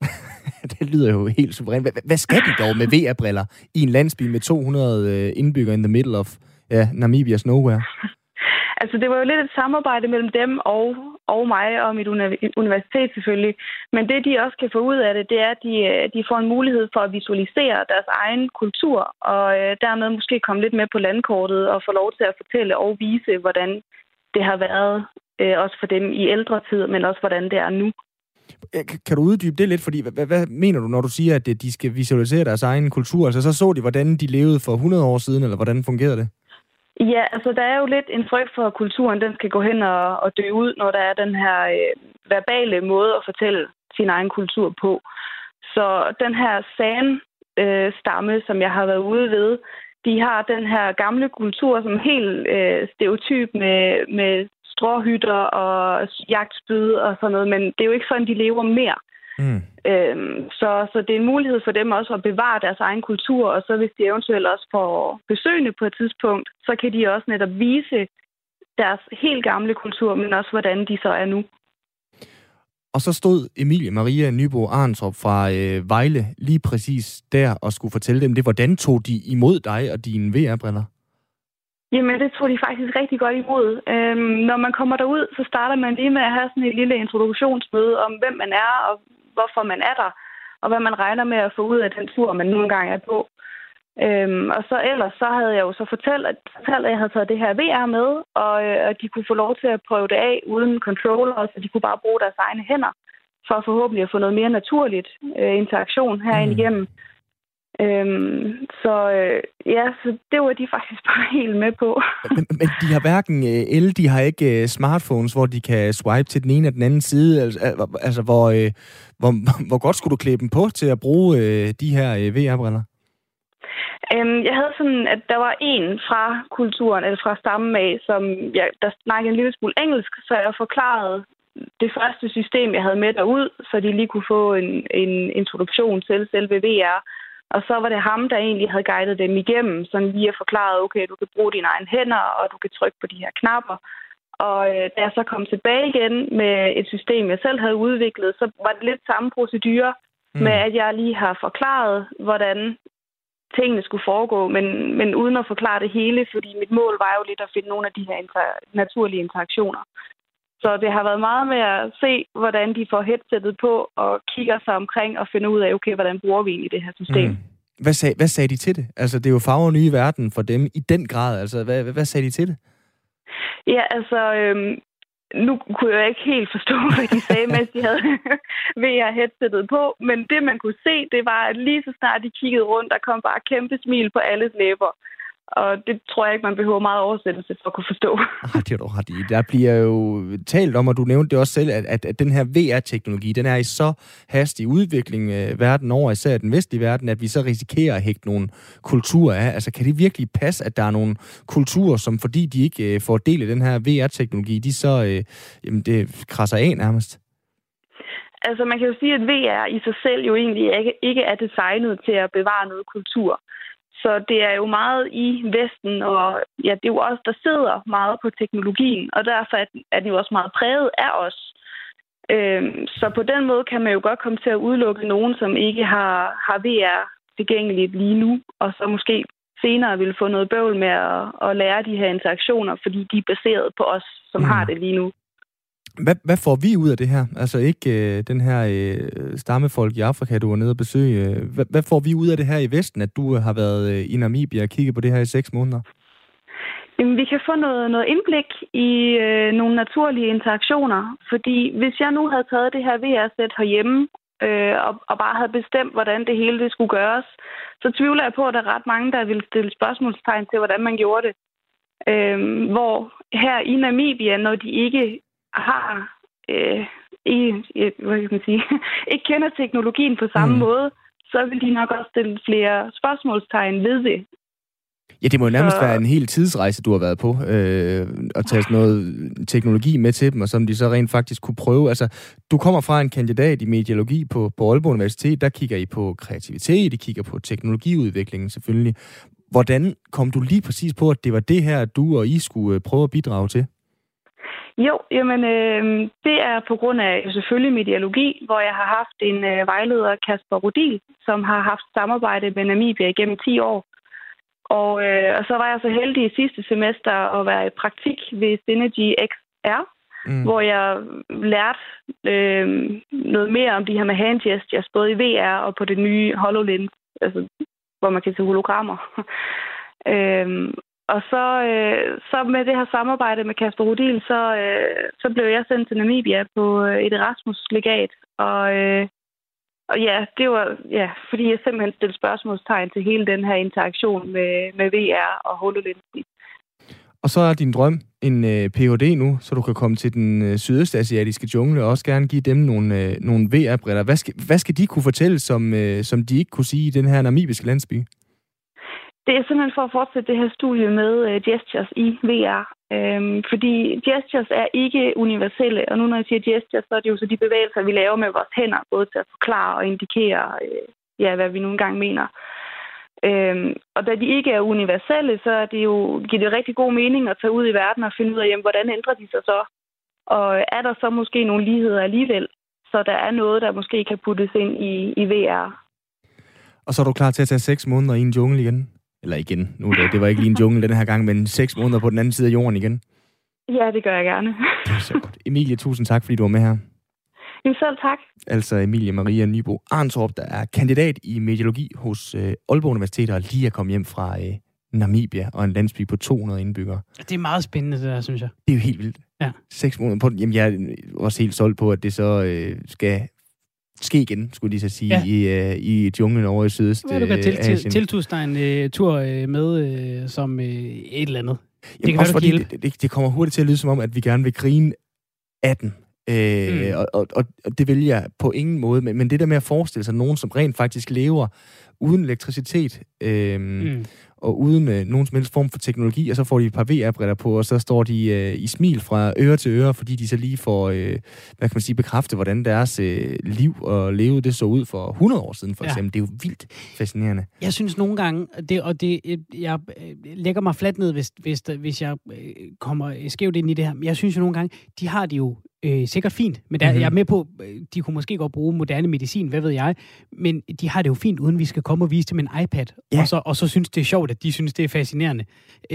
Det lyder jo helt suverænt. Hvad skal de dog med VR-briller i en landsby med 200 indbyggere in the middle of Namibias nowhere? Altså, det var jo lidt et samarbejde mellem dem og mig og mit universitet selvfølgelig. Men det, de også kan få ud af det, det er, at de får en mulighed for at visualisere deres egen kultur, og dermed måske komme lidt med på landkortet og få lov til at fortælle og vise, hvordan det har været også for dem i ældre tid, men også hvordan det er nu. Kan du uddybe det lidt? Fordi hvad mener du, når du siger, at de skal visualisere deres egen kultur? Altså, så de, hvordan de levede for 100 år siden, eller hvordan fungerede det? Ja, altså der er jo lidt en frygt for, at kulturen den skal gå hen og dø ud, når der er den her verbale måde at fortælle sin egen kultur på. Så den her San-stamme, som jeg har været ude ved, de har den her gamle kultur som helt stereotyp med stråhytter og jagtspyd og sådan noget, men det er jo ikke sådan, de lever mere. Så det er en mulighed for dem også at bevare deres egen kultur, og så hvis de eventuelt også får besøgende på et tidspunkt, så kan de også netop vise deres helt gamle kultur, men også hvordan de så er nu. Og så stod Emilie Maria Nybo Arntrup fra Vejle lige præcis der og skulle fortælle dem det. Hvordan tog de imod dig og dine VR-briller? Jamen, det tog de faktisk rigtig godt imod. Når man kommer derud, så starter man lige med at have sådan et lille introduktionsmøde om, hvem man er og hvorfor man er der, og hvad man regner med at få ud af den tur, man nogle gange er på. Og så ellers så havde jeg jo så fortalt, at jeg havde taget det her VR med, og at de kunne få lov til at prøve det af uden controller, så de kunne bare bruge deres egne hænder, for forhåbentlig at få noget mere naturligt interaktion herind igennem. Så det var de faktisk bare helt med på. Men de har hverken el, de har ikke smartphones, hvor de kan swipe til den ene og den anden side. Altså hvor godt skulle du klæde dem på til at bruge de her VR-briller? Jeg havde sådan, at der var en fra kulturen, eller fra stammen af, der snakkede en lille smule engelsk, så jeg forklarede det første system, jeg havde med derud, så de lige kunne få en introduktion til selve VR. Og så var det ham, der egentlig havde guidet dem igennem, sådan lige at forklare, okay, du kan bruge dine egne hænder, og du kan trykke på de her knapper. Og da jeg så kom tilbage igen med et system, jeg selv havde udviklet, så var det lidt samme procedure med, at jeg lige har forklaret, hvordan tingene skulle foregå, men uden at forklare det hele, fordi mit mål var jo lidt at finde nogle af de her naturlige interaktioner. Så det har været meget med at se, hvordan de får headsettet på og kigger sig omkring og finder ud af, okay, hvordan bruger vi egentlig det her system. Hvad sagde de til det? Altså, det er jo farver nye verden for dem i den grad. Altså, hvad sagde de til det? Ja, altså, nu kunne jeg ikke helt forstå, hvad de sagde, mens de havde VR-headsettet på, men det, man kunne se, det var, at lige så snart de kiggede rundt, der kom bare kæmpe smil på alles læber. Og det tror jeg ikke, man behøver meget oversættelse for at kunne forstå. Det er du ret i. Der bliver jo talt om, og du nævnte det også selv, at den her VR-teknologi, den er i så hastig udvikling verden over, især den vestlige verden, at vi så risikerer at hægte nogle kulturer af. Altså, kan det virkelig passe, at der er nogle kulturer, som fordi de ikke får del i den her VR-teknologi, de så det krasser af nærmest? Altså, man kan jo sige, at VR i sig selv jo egentlig ikke er designet til at bevare noget kultur. Så det er jo meget i Vesten, og ja, det er jo også, der sidder meget på teknologien, og derfor er den jo også meget præget af os. Så på den måde kan man jo godt komme til at udelukke nogen, som ikke har VR tilgængeligt lige nu, og så måske senere vil få noget bøvl med at lære de her interaktioner, fordi de er baseret på os, som har det lige nu. Hvad får vi ud af det her? Altså ikke den her stammefolk i Afrika, du var nede og besøge. Hvad får vi ud af det her i Vesten, at du har været i Namibia og kigget på det her i 6 måneder? Jamen, vi kan få noget indblik i nogle naturlige interaktioner. Fordi hvis jeg nu havde taget det her VR-sæt herhjemme, og bare havde bestemt, hvordan det hele det skulle gøres, så tvivler jeg på, at der er ret mange, der vil stille spørgsmålstegn til, hvordan man gjorde det. Hvor her i Namibia, når de ikke har ikke kender teknologien på samme måde, så vil de nok også stille flere spørgsmålstegn ved det. Ja, det må jo nærmest være en hel tidsrejse, du har været på, at tage noget teknologi med til dem, og som de så rent faktisk kunne prøve. Altså, du kommer fra en kandidat i mediologi på Aalborg Universitet, der kigger I på kreativitet, I kigger på teknologiudviklingen selvfølgelig. Hvordan kom du lige præcis på, at det var det her, du og I skulle prøve at bidrage til? Jo, jamen det er på grund af selvfølgelig mediologi, hvor jeg har haft en vejleder, Kasper Rodil, som har haft samarbejde med Namibia igennem 10 år. Og så var jeg så heldig i sidste semester at være i praktik ved Synergy XR, hvor jeg lærte noget mere om de her med hand gestures, både i VR og på det nye HoloLens, altså, hvor man kan se hologrammer. Og så med det her samarbejde med Kasper Rodil, så blev jeg sendt til Namibia på et Erasmus-legat. Og ja, det var fordi jeg simpelthen stillede spørgsmålstegn til hele den her interaktion med VR og HoloLens. Og så er din drøm en Ph.D. nu, så du kan komme til den sydøstasiatiske jungle og også gerne give dem nogle VR-briller. Hvad skal de kunne fortælle, som de ikke kunne sige i den her namibiske landsby? Det er simpelthen for at fortsætte det her studie med gestures i VR. Fordi gestures er ikke universelle, og nu når jeg siger gestures, så er det jo så de bevægelser, vi laver med vores hænder, både til at forklare og indikere, hvad vi nu engang mener. Og da de ikke er universelle, så er det jo, giver det rigtig god mening at tage ud i verden og finde ud af, hvordan ændrer de sig så? Og er der så måske nogle ligheder alligevel, så der er noget, der måske kan puttes ind i VR. Og så er du klar til at tage 6 måneder i en jungle igen? Eller igen, nu det var ikke lige en jungle denne her gang, men 6 måneder på den anden side af jorden igen. Ja, det gør jeg gerne. Det er så godt. Emilie, tusind tak, fordi du var med her. Jamen selv tak. Altså Emilie Maria Nybo Arntorp, der er kandidat i mediologi hos Aalborg Universitet, og lige er kommet hjem fra Namibia og en landsby på 200 indbyggere. Det er meget spændende, det der, synes jeg. Det er jo helt vildt. Ja. 6 måneder på den. Jamen, jeg er også helt solgt på, at det så skal ske igen, skulle de så sige, i junglen over i Sydøstasien. Du kan tiltuste dig en tur med som et eller andet. Jamen, det, også fordi det kommer hurtigt til at lyde som om, at vi gerne vil grine af den. Og det vil jeg på ingen måde. Men det der med at forestille sig nogen, som rent faktisk lever uden elektricitet, og uden nogen som helst form for teknologi, og så får de et par VR-briller på, og så står de i smil fra øre til øre, fordi de så lige får, hvad kan man sige, bekræfte, hvordan deres liv og leve, det så ud for 100 år siden, for eksempel. Det er jo vildt fascinerende. Jeg synes nogle gange, jeg lægger mig fladt ned, hvis jeg kommer skævt ind i det her, men jeg synes jo nogle gange, de har det jo sikkert fint, men jeg er med på, de kunne måske godt bruge moderne medicin, hvad ved jeg, men de har det jo fint, uden vi skal komme og vise dem en iPad, og så synes det er sjovt, at de synes, det er fascinerende.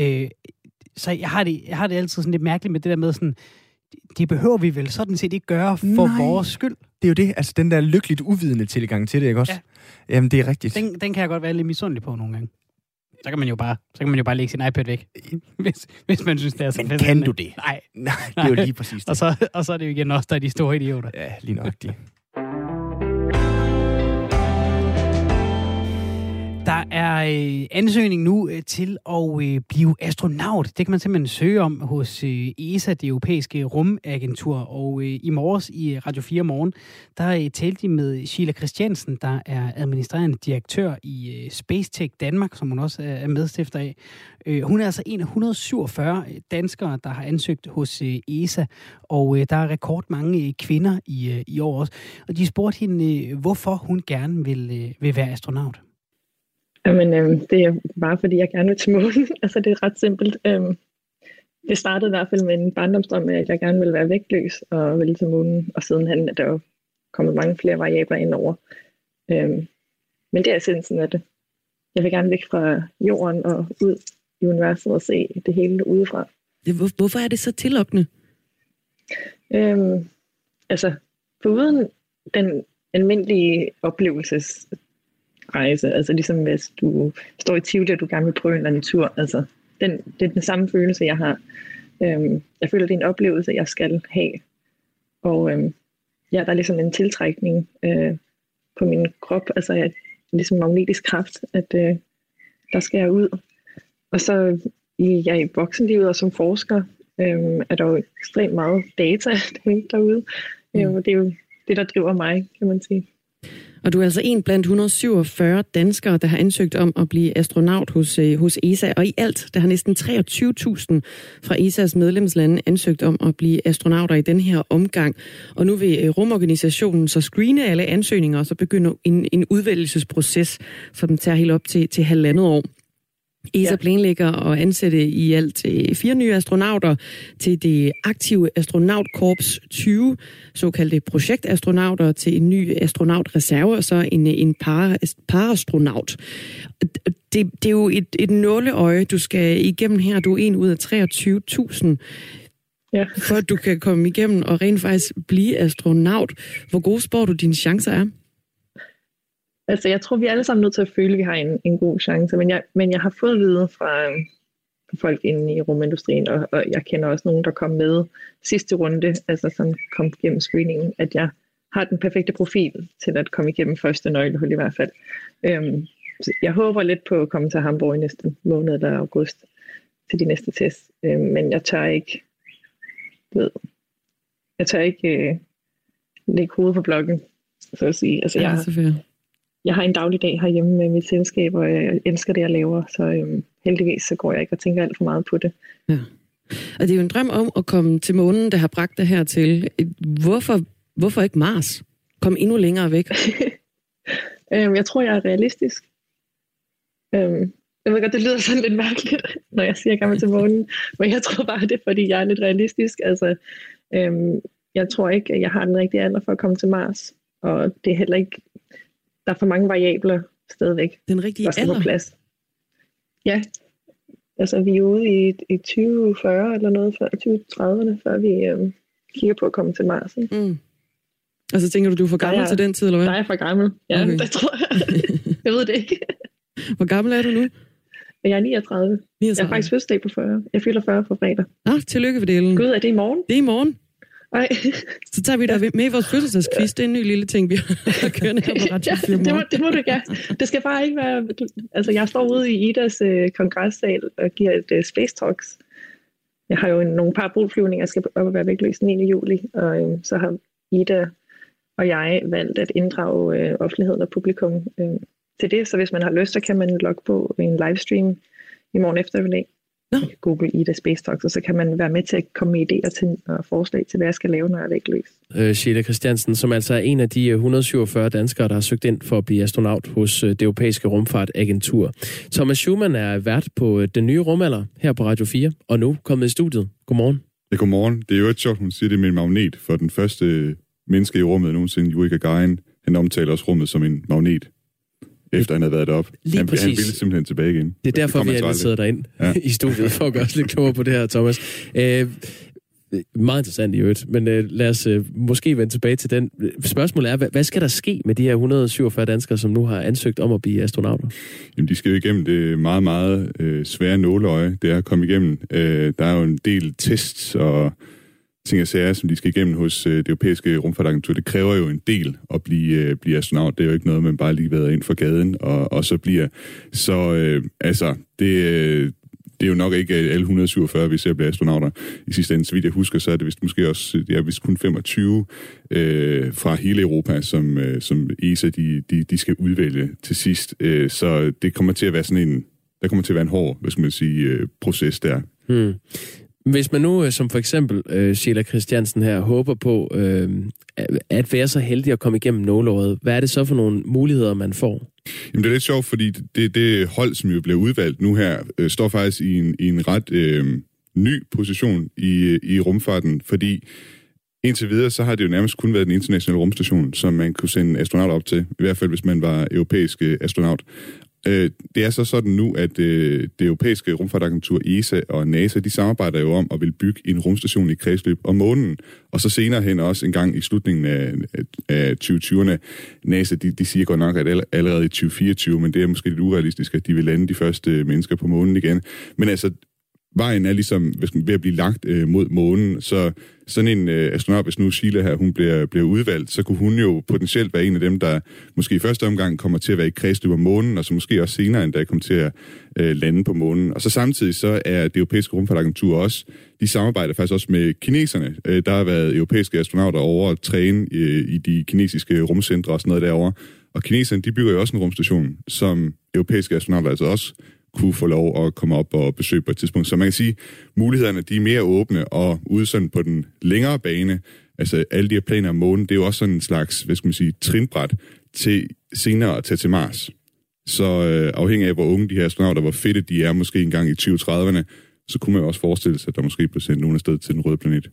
Så jeg har det altid sådan lidt mærkeligt med det der med sådan, det behøver vi vel sådan set ikke gøre for vores skyld. Det er jo det, altså den der lykkeligt uvidende tilgang til det, ikke også? Ja. Jamen, det er rigtigt. Den kan jeg godt være lidt misundelig på nogle gange. Så kan man jo bare lægge sin iPad væk, hvis man synes, det er så fedt. Men kan du det? Nej, det er jo lige præcis det. Og så er det jo igen også, der er de store idioter. Ja, lige nok de. Der Der er ansøgning nu til at blive astronaut. Det kan man simpelthen søge om hos ESA, det europæiske rumagentur. Og i morges i Radio 4 Morgen, der talte de med Sheila Christiansen, der er administrerende direktør i Spacetech Danmark, som hun også er medstifter af. Hun er altså en af 147 danskere, der har ansøgt hos ESA, og der er rekordmange kvinder i år også. Og de spurgte hende, hvorfor hun gerne vil være astronaut. Jamen, det er bare fordi, jeg gerne vil til månen. Altså, det er ret simpelt. Det startede i hvert fald med en barndomsdrøm med, at jeg gerne ville være vægtløs og ville til månen. Og sidenhen er der jo kommet mange flere variabler ind over. Men det er essensen af det. Jeg vil gerne væk fra jorden og ud i universet og se det hele udefra. Hvorfor er det så tillokkende? Altså, foruden den almindelige oplevelsesrejse, altså ligesom hvis du står i Tivoli, og du gerne vil prøve en eller anden tur, altså det er den samme følelse, jeg har. Jeg føler, det er en oplevelse, jeg skal have. Og der er ligesom en tiltrækning på min krop, altså ligesom magnetisk kraft, at der skal jeg ud. Og så i voksenlivet og som forsker, er der jo ekstremt meget data derude. Og det er jo det, der driver mig, kan man sige. Og du er altså en blandt 147 danskere, der har ansøgt om at blive astronaut hos ESA. Og i alt, der har næsten 23.000 fra ESA's medlemslande ansøgt om at blive astronauter i den her omgang. Og nu vil rumorganisationen så screene alle ansøgninger, og så begynder en udvælgelsesproces, som tager helt op til 1,5 år. ESA planlægger at ansætte i alt 4 nye astronauter til det aktive astronautkorps 20, såkaldte projektastronauter, til en ny astronautreserve, og så en paraastronaut. Det er jo et nåleøje, du skal igennem her. Du er en ud af 23.000, for at du kan komme igennem og rent faktisk blive astronaut. Hvor gode spår du dine chancer er? Altså, jeg tror, vi er alle sammen nødt til at føle, at vi har en god chance. Men jeg har fået vide fra folk inde i rumindustrien, og jeg kender også nogen, der kom med sidste runde, altså som kom gennem screeningen, at jeg har den perfekte profil til at komme igennem første nøglehul i hvert fald. Jeg håber lidt på at komme til Hamburg i næste måned eller august til de næste test. Men jeg tør ikke, lægge hovedet på blokken, så at sige. Altså, jeg har en dagligdag herhjemme med mit selskab, og jeg elsker det, jeg laver, så heldigvis så går jeg ikke og tænker alt for meget på det. Ja. Og det er jo en drøm om at komme til månen, der har bragt dig hertil. Hvorfor ikke Mars? Kom endnu længere væk. Jeg tror, jeg er realistisk. Jeg ved godt, det lyder sådan lidt mærkeligt, når jeg siger, at jeg kommer til månen, men jeg tror bare, det er, fordi jeg er lidt realistisk. Altså, jeg tror ikke, at jeg har den rigtige alder for at komme til Mars, og det er heller ikke. Der er for mange variabler stadigvæk. Den rigtige alder? På plads. Ja. Altså, vi er ude i 2040 eller noget, før 2030'erne, før vi kigger på at komme til Mars. Mm. Og så tænker du er for gammel til den tid, eller hvad? Der er for gammel. Ja, okay. Det tror jeg. Jeg ved det ikke. Hvor gammel er du nu? Jeg er 39. Jeg har faktisk fødselsdag på 40. Jeg fylder 40 på fredag. Tillykke for delen. Gud, er det i morgen? Det er i morgen. Ej. Så tager vi dig med i vores fødselsdagsquiz. Det er en ny lille ting, vi har kørende her på Radio 4 Morgen. Det må du gerne. Det skal bare ikke være. Altså, jeg står ude i Idas kongressal og giver et Space Talks. Jeg har jo nogle parabolflyvninger, jeg skal op og være vægtløs den 9. juli, og så har Ida og jeg valgt at inddrage offentligheden og publikum til det. Så hvis man har lyst, så kan man logge på en livestream i morgen eftermiddag. Google Ida Space Talks, og så kan man være med til at komme med idéer til og forslag til, hvad jeg skal lave, når jeg er vægtløs. Sheila Christiansen, som altså er en af de 147 danskere, der har søgt ind for at blive astronaut hos det europæiske rumfartagentur. Thomas Schumann er vært på Den Nye Rumalder her på Radio 4, og nu kommet i studiet. Godmorgen. Ja, godmorgen. Det er jo et sjovt, hun siger det med en magnet, for den første menneske i rummet nogensinde, Yuri Gagarin, han omtaler også rummet som en magnet. Efter han havde været deroppe. Han ville simpelthen tilbage igen. Det er derfor, vi har inviteret dig ind i studiet, for at gøre os lidt klogere på det her, Thomas. Meget interessant i øvrigt, men lad os måske vende tilbage til den. Spørgsmålet er, hvad skal der ske med de her 147 danskere, som nu har ansøgt om at blive astronauter? Jamen, de skal jo igennem det meget, meget svære nåleøje, det er at komme igennem. Der er jo en del tests og ting og sager, som de skal igennem hos det europæiske rumfartagentur. Det kræver jo en del at blive astronaut. Det er jo ikke noget, man bare lige været ind for gaden og så bliver. Så det er jo nok ikke alle 147, hvis jeg bliver astronauter i sidste ende. Så vidt jeg husker, så er det vist måske også, det er vist kun 25 fra hele Europa, som ESA de skal udvælge til sidst. Så det kommer til at være der kommer til at være en hård, hvad skal man sige, proces der. Hvis man nu, som for eksempel Sheila Christiansen her, håber på at være så heldig at komme igennem nåleåret, hvad er det så for nogle muligheder, man får? Jamen det er lidt sjovt, fordi det hold, som jo bliver udvalgt nu her, står faktisk i en ret ny position i rumfarten, fordi indtil videre, så har det jo nærmest kun været den internationale rumstation, som man kunne sende astronauter op til, i hvert fald hvis man var europæisk astronaut. Det er så sådan nu, at det europæiske rumfartagentur ESA og NASA, de samarbejder jo om at vil bygge en rumstation i kredsløb om månen, og så senere hen også en gang i slutningen af 2020'erne. NASA, de siger godt nok, at allerede i 2024, men det er måske lidt urealistisk, at de vil lande de første mennesker på månen igen. Men altså, vejen er ligesom ved at blive lagt mod månen, så sådan en astronaut, hvis nu Sheila her, hun bliver udvalgt, så kunne hun jo potentielt være en af dem, der måske i første omgang kommer til at være i kredsløb om månen, og så måske også senere endda kommer til at lande på månen. Og så samtidig så er det europæiske rumfartagentur også, de samarbejder faktisk også med kineserne. Der har været europæiske astronauter over at træne i de kinesiske rumcentre og sådan noget derovre. Og kineserne, de bygger jo også en rumstation, som europæiske astronauter altså også kunne få lov at komme op og besøge på et tidspunkt. Så man kan sige, at mulighederne de er mere åbne, og ude sådan på den længere bane, altså alle de her planer om månen, det er jo også sådan en slags, hvad skal man sige, trinbræt til senere at tage til Mars. Så afhængig af, hvor unge de her astronauter, hvor fedte de er, måske engang i 2030'erne, så kunne man også forestille sig, at der måske blev sendt nogen afsted til den røde planet.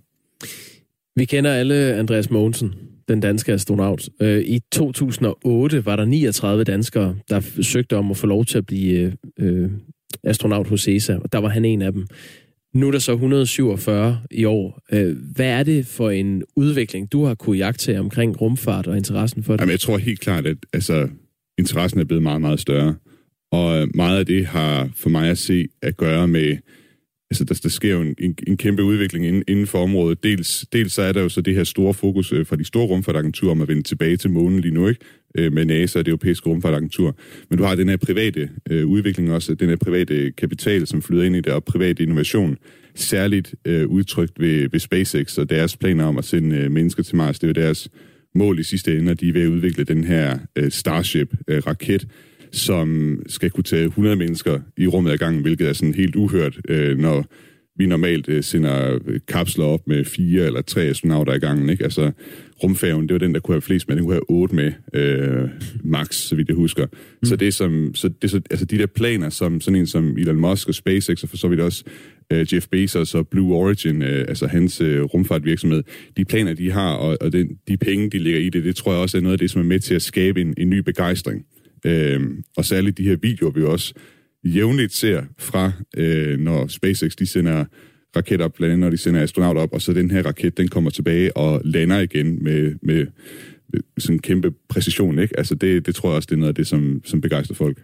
Vi kender alle Andreas Mogensen, den danske astronaut. I 2008 var der 39 danskere, der søgte om at få lov til at blive astronaut hos ESA, og der var han en af dem. Nu er der så 147 i år. Hvad er det for en udvikling, du har kunne jagte omkring rumfart og interessen for det? Jamen, jeg tror helt klart, at interessen er blevet meget, meget større. Og meget af det har for mig at se at gøre med, altså der sker jo en kæmpe udvikling inden for området. Dels så er der jo så det her store fokus fra de store rumfartagenturer om at vende tilbage til månen lige nu, ikke? Med NASA og det europæiske rumfartagentur. Men du har den her private udvikling også, den her private kapital, som flyder ind i det, og privat innovation, særligt udtrykt ved SpaceX og deres planer om at sende mennesker til Mars. Det er jo deres mål i sidste ende, at de er ved at udvikle den her Starship-raket, som skal kunne tage 100 mennesker i rummet ad gangen, hvilket er sådan helt uhørt, når vi normalt sender kapsler op med 4 eller 3 astronauter i gangen, ikke? Altså, rumfærgen, det var den, der kunne have flest med. Den kunne have 8 med, max, så vidt jeg husker. Så det er altså de der planer, som sådan en som Elon Musk og SpaceX, og for så vidt også Jeff Bezos og Blue Origin, altså hans rumfartvirksomhed, de planer, de har, og de penge, de ligger i det tror jeg også er noget af det, som er med til at skabe en ny begejstring. Og særligt de her videoer, vi også jævnligt ser fra, når SpaceX de sender raketter, blandt andet når de sender astronauter op, og så den her raket, den kommer tilbage og lander igen med sådan en kæmpe præcision, ikke? Altså det tror jeg også, det er noget af det, som begejstrer folk.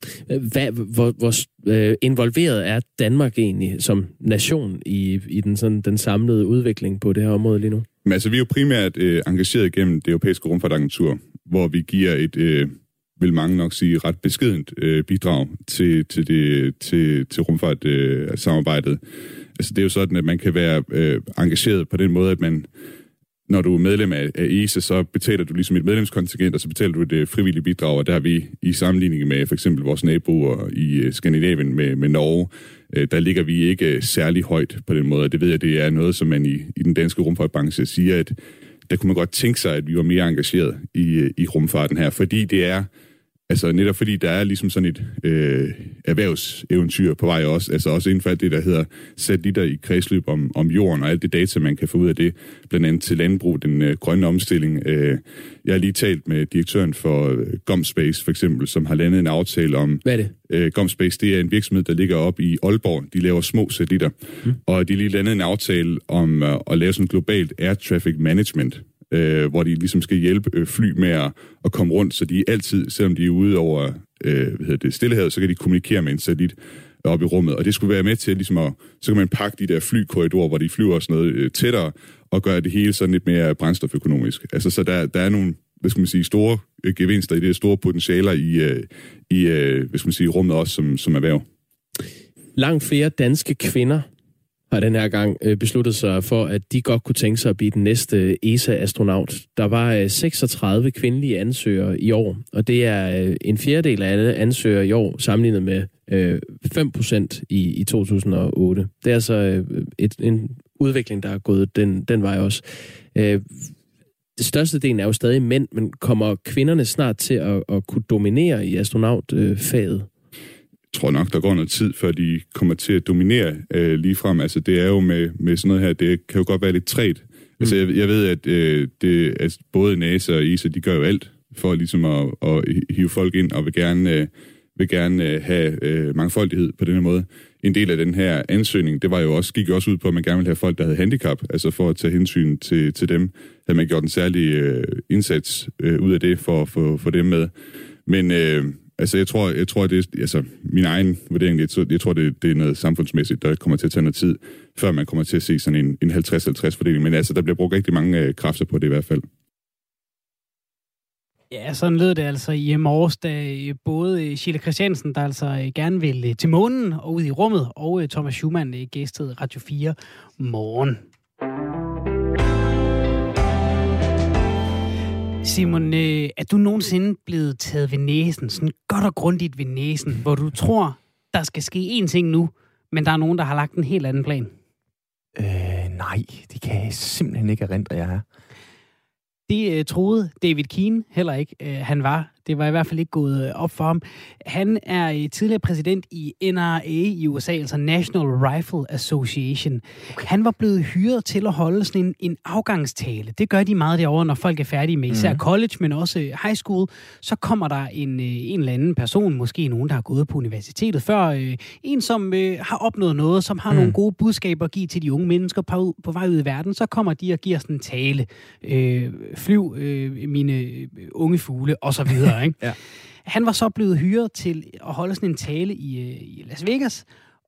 Hvor involveret er Danmark egentlig som nation i den samlede udvikling på det her område lige nu? Men altså, vi er jo primært engageret gennem det europæiske rumfartagentur, hvor vi giver et vil mange nok sige, ret beskedent bidrag til rumfart-samarbejdet. Altså, det er jo sådan, at man kan være engageret på den måde, at man, når du er medlem af ESA, så betaler du ligesom et medlemskontingent, og så betaler du et frivilligt bidrag, og der har vi i sammenligning med for eksempel vores naboer i Skandinavien med Norge, der ligger vi ikke særlig højt på den måde, og det ved jeg, det er noget, som man i den danske rumfartbranche siger, at der kunne man godt tænke sig, at vi var mere engageret i rumfarten her, fordi det er, altså netop fordi der er ligesom sådan et erhvervseventyr på vej også, altså også inden for alt det, der hedder satellitter i kredsløb om jorden, og alt det data, man kan få ud af det, blandt andet til landbrug, den grønne omstilling. Jeg har lige talt med direktøren for GomSpace, for eksempel, som har landet en aftale om... Hvad er det? GomSpace, det er en virksomhed, der ligger op i Aalborg. De laver små satellitter, og de har lige landet en aftale om at lave sådan globalt air traffic management, hvor de ligesom skal hjælpe fly med at komme rundt, så de altid, selvom de er ude over Stillehavet, så kan de kommunikere med en satellit. op i rummet. Og det skulle være med til ligesom så kan man pakke de der flykorridorer, hvor de flyver sådan noget tættere, og gøre det hele sådan lidt mere brændstoføkonomisk. Altså, så der er nogle, hvad skal man sige, store gevinster i det, store potentialer i hvad skal man sige, rummet også som erhverv. Langt flere danske kvinder har den her gang besluttet sig for, at de godt kunne tænke sig at blive den næste ESA-astronaut. Der var 36 kvindelige ansøgere i år, og det er en fjerdedel af alle ansøgere i år, sammenlignet med 5% i 2008. Det er altså en udvikling, der er gået den vej også. Det største del er jo stadig mænd, men kommer kvinderne snart til at kunne dominere i astronautfaget? Jeg tror nok, der går noget tid, før de kommer til at dominere ligefrem. Altså, det er jo med sådan noget her, det kan jo godt være lidt træt. Altså, jeg ved, at både NASA og ESA, de gør jo alt for ligesom at hive folk ind, og vil gerne have mangfoldighed på den her måde. En del af den her ansøgning, det gik jo også ud på, at man gerne ville have folk, der havde handicap, altså for at tage hensyn til dem, havde man gjort en særlig indsats ud af det for at få dem med. Men altså, jeg tror, det er altså min egen vurdering, jeg tror, det er noget samfundsmæssigt, der kommer til at tage noget tid, før man kommer til at se sådan en 50-50 fordeling. Men altså, der bliver brugt rigtig mange kræfter på det i hvert fald. Ja, sådan lød det altså i morges, da både Sheila Christiansen, der altså gerne vil til månen og ud i rummet, og Thomas Schumann gæstede Radio 4 morgen. Simon, er du nogensinde blevet taget ved næsen, sådan godt og grundigt ved næsen, hvor du tror, der skal ske én ting nu, men der er nogen, der har lagt en helt anden plan? Nej, det kan jeg simpelthen ikke erindre, jeg er. Det troede David Keane heller ikke, han var. Det var i hvert fald ikke gået op for ham. Han er tidligere præsident i NRA i USA, altså National Rifle Association. Okay. Han var blevet hyret til at holde sådan en afgangstale. Det gør de meget derovre, når folk er færdige med især college, men også high school. Så kommer der en eller anden person, måske nogen, der har gået på universitetet før. En, som har opnået noget, som har nogle gode budskaber at give til de unge mennesker på vej ud i verden. Så kommer de og giver sådan en tale. Flyv mine unge fugle, og så videre. Ikke? Ja. Han var så blevet hyret til at holde sådan en tale i Las Vegas,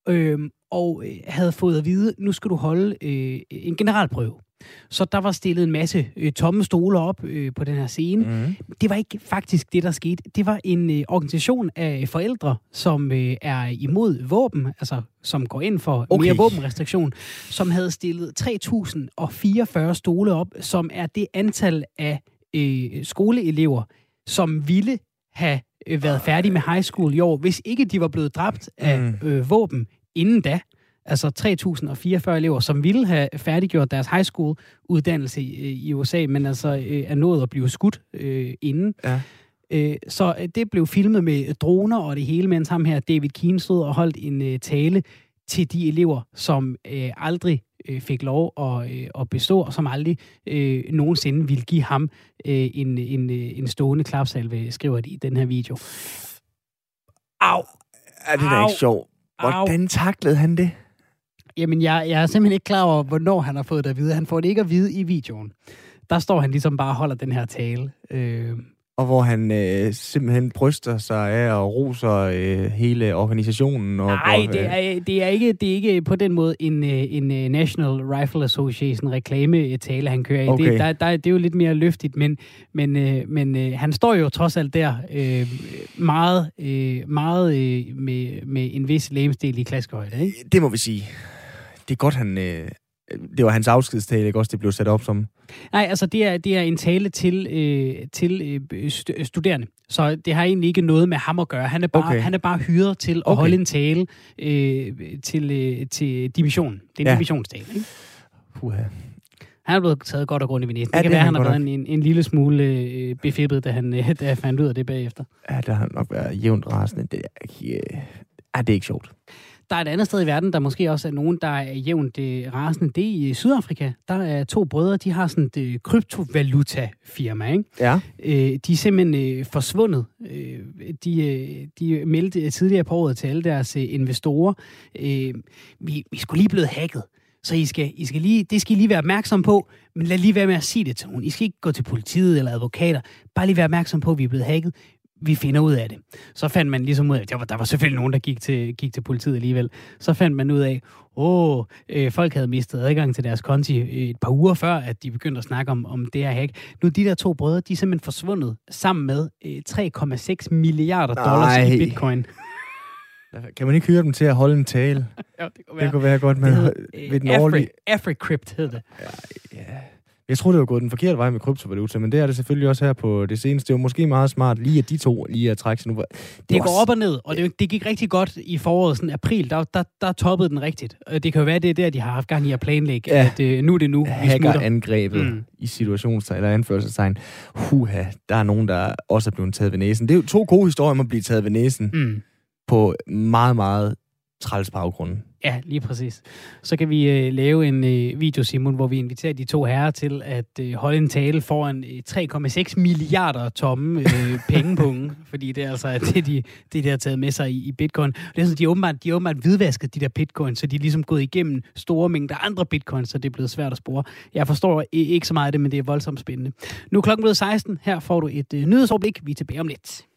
og havde fået at vide, nu skal du holde en generalprøve. Så der var stillet en masse tomme stole op på den her scene. Det var ikke faktisk det, der skete. Det var en organisation af forældre, som er imod våben, altså som går ind for mere våbenrestriktion, som havde stillet 3.044 stole op, som er det antal af skoleelever, som ville have været færdige med high school i år, hvis ikke de var blevet dræbt af våben inden da. Altså 3.044 elever, som ville have færdiggjort deres high school uddannelse i USA, men altså er nået at blive skudt inden. Ja. Så det blev filmet med droner og det hele, mens ham her, David Keane, stod og holdt en tale til de elever, som aldrig fik lov at bestå, og som aldrig nogensinde ville give ham en stående klapsalve, skriver de i den her video. Au! Er det da ikke sjovt? Hvordan taklede han det? Jamen, jeg er simpelthen ikke klar over, hvornår han har fået det at vide. Han får det ikke at vide i videoen. Der står han ligesom bare og holder den her tale. Og hvor han simpelthen bryster sig af og roser hele organisationen. Og nej, det er ikke på den måde en National Rifle Association reklametale, han kører i. Okay. Det er jo lidt mere løftigt, men han står jo trods alt der meget med en vis legemsdel i klaskehøjde, ikke? Det må vi sige. Det er godt, det var hans afskedstale, ikke også, det blev sat op som? Nej, altså det er en tale til studerende. Så det har egentlig ikke noget med ham at gøre. Han er bare hyret til at holde en tale til dimissionen. Det er en dimissionstale, ikke? Han er blevet taget godt og grundigt ved næsen. Det kan være, han har været en lille smule befippet, da han fandt ud af det bagefter. Ja, der har nok været jævnt rasende. Det er ikke sjovt. Der er et andet sted i verden, der måske også er nogen, der er jævnt rasende. Det er i Sydafrika. Der er 2 brødre, de har sådan et kryptovaluta-firma, ikke? Ja. De er simpelthen forsvundet. De meldte tidligere på året til alle deres investorer. Vi skulle lige blevet hacket. Så det skal I lige være opmærksom på, men lad lige være med at sige det til nogen. I skal ikke gå til politiet eller advokater. Bare lige være opmærksom på, at vi er blevet hacket. vi finder ud af det. Så fandt man ligesom ud af, der var selvfølgelig nogen, der gik til politiet alligevel. Så fandt man ud af, folk havde mistet adgang til deres konti et par uger før, at de begyndte at snakke om det her hack. Nu de der 2 brødre, de er simpelthen forsvundet sammen med $3,6 milliarder i bitcoin. Kan man ikke hyre dem til at holde en tale? Jo, det kunne være godt med ved den årlige... AfriCrypt hed det. Ja. Jeg troede, det var gået den forkerte vej med kryptovaluta, men det er det selvfølgelig også her på det seneste. Det var måske meget smart lige at de 2 lige at trække sig nu. Det går op og ned, og det gik rigtig godt i foråret, sådan april. Der toppede den rigtigt. Det kan jo være, det er der, de har haft gang i at planlægge, at nu er det nu, vi smutter. Angrebet i situationstegn eller anførselstegn. Der er nogen, der også er blevet taget ved næsen. Det er jo 2 gode historier om at blive taget ved næsen på meget, meget træls baggrund. Ja, lige præcis. Så kan vi lave en video, Simon, hvor vi inviterer de 2 herrer til at holde en tale foran 3,6 milliarder tomme pengepunge, fordi det er altså det de har taget med sig i bitcoin. Det er sådan, de er åbenbart hvidvasket de der bitcoin, så de er ligesom gået igennem store mængder andre bitcoins, så det er blevet svært at spore. Jeg forstår ikke så meget af det, men det er voldsomt spændende. Nu er klokken blevet 16. Her får du et nyhedsoverblik. Vi er tilbage om lidt.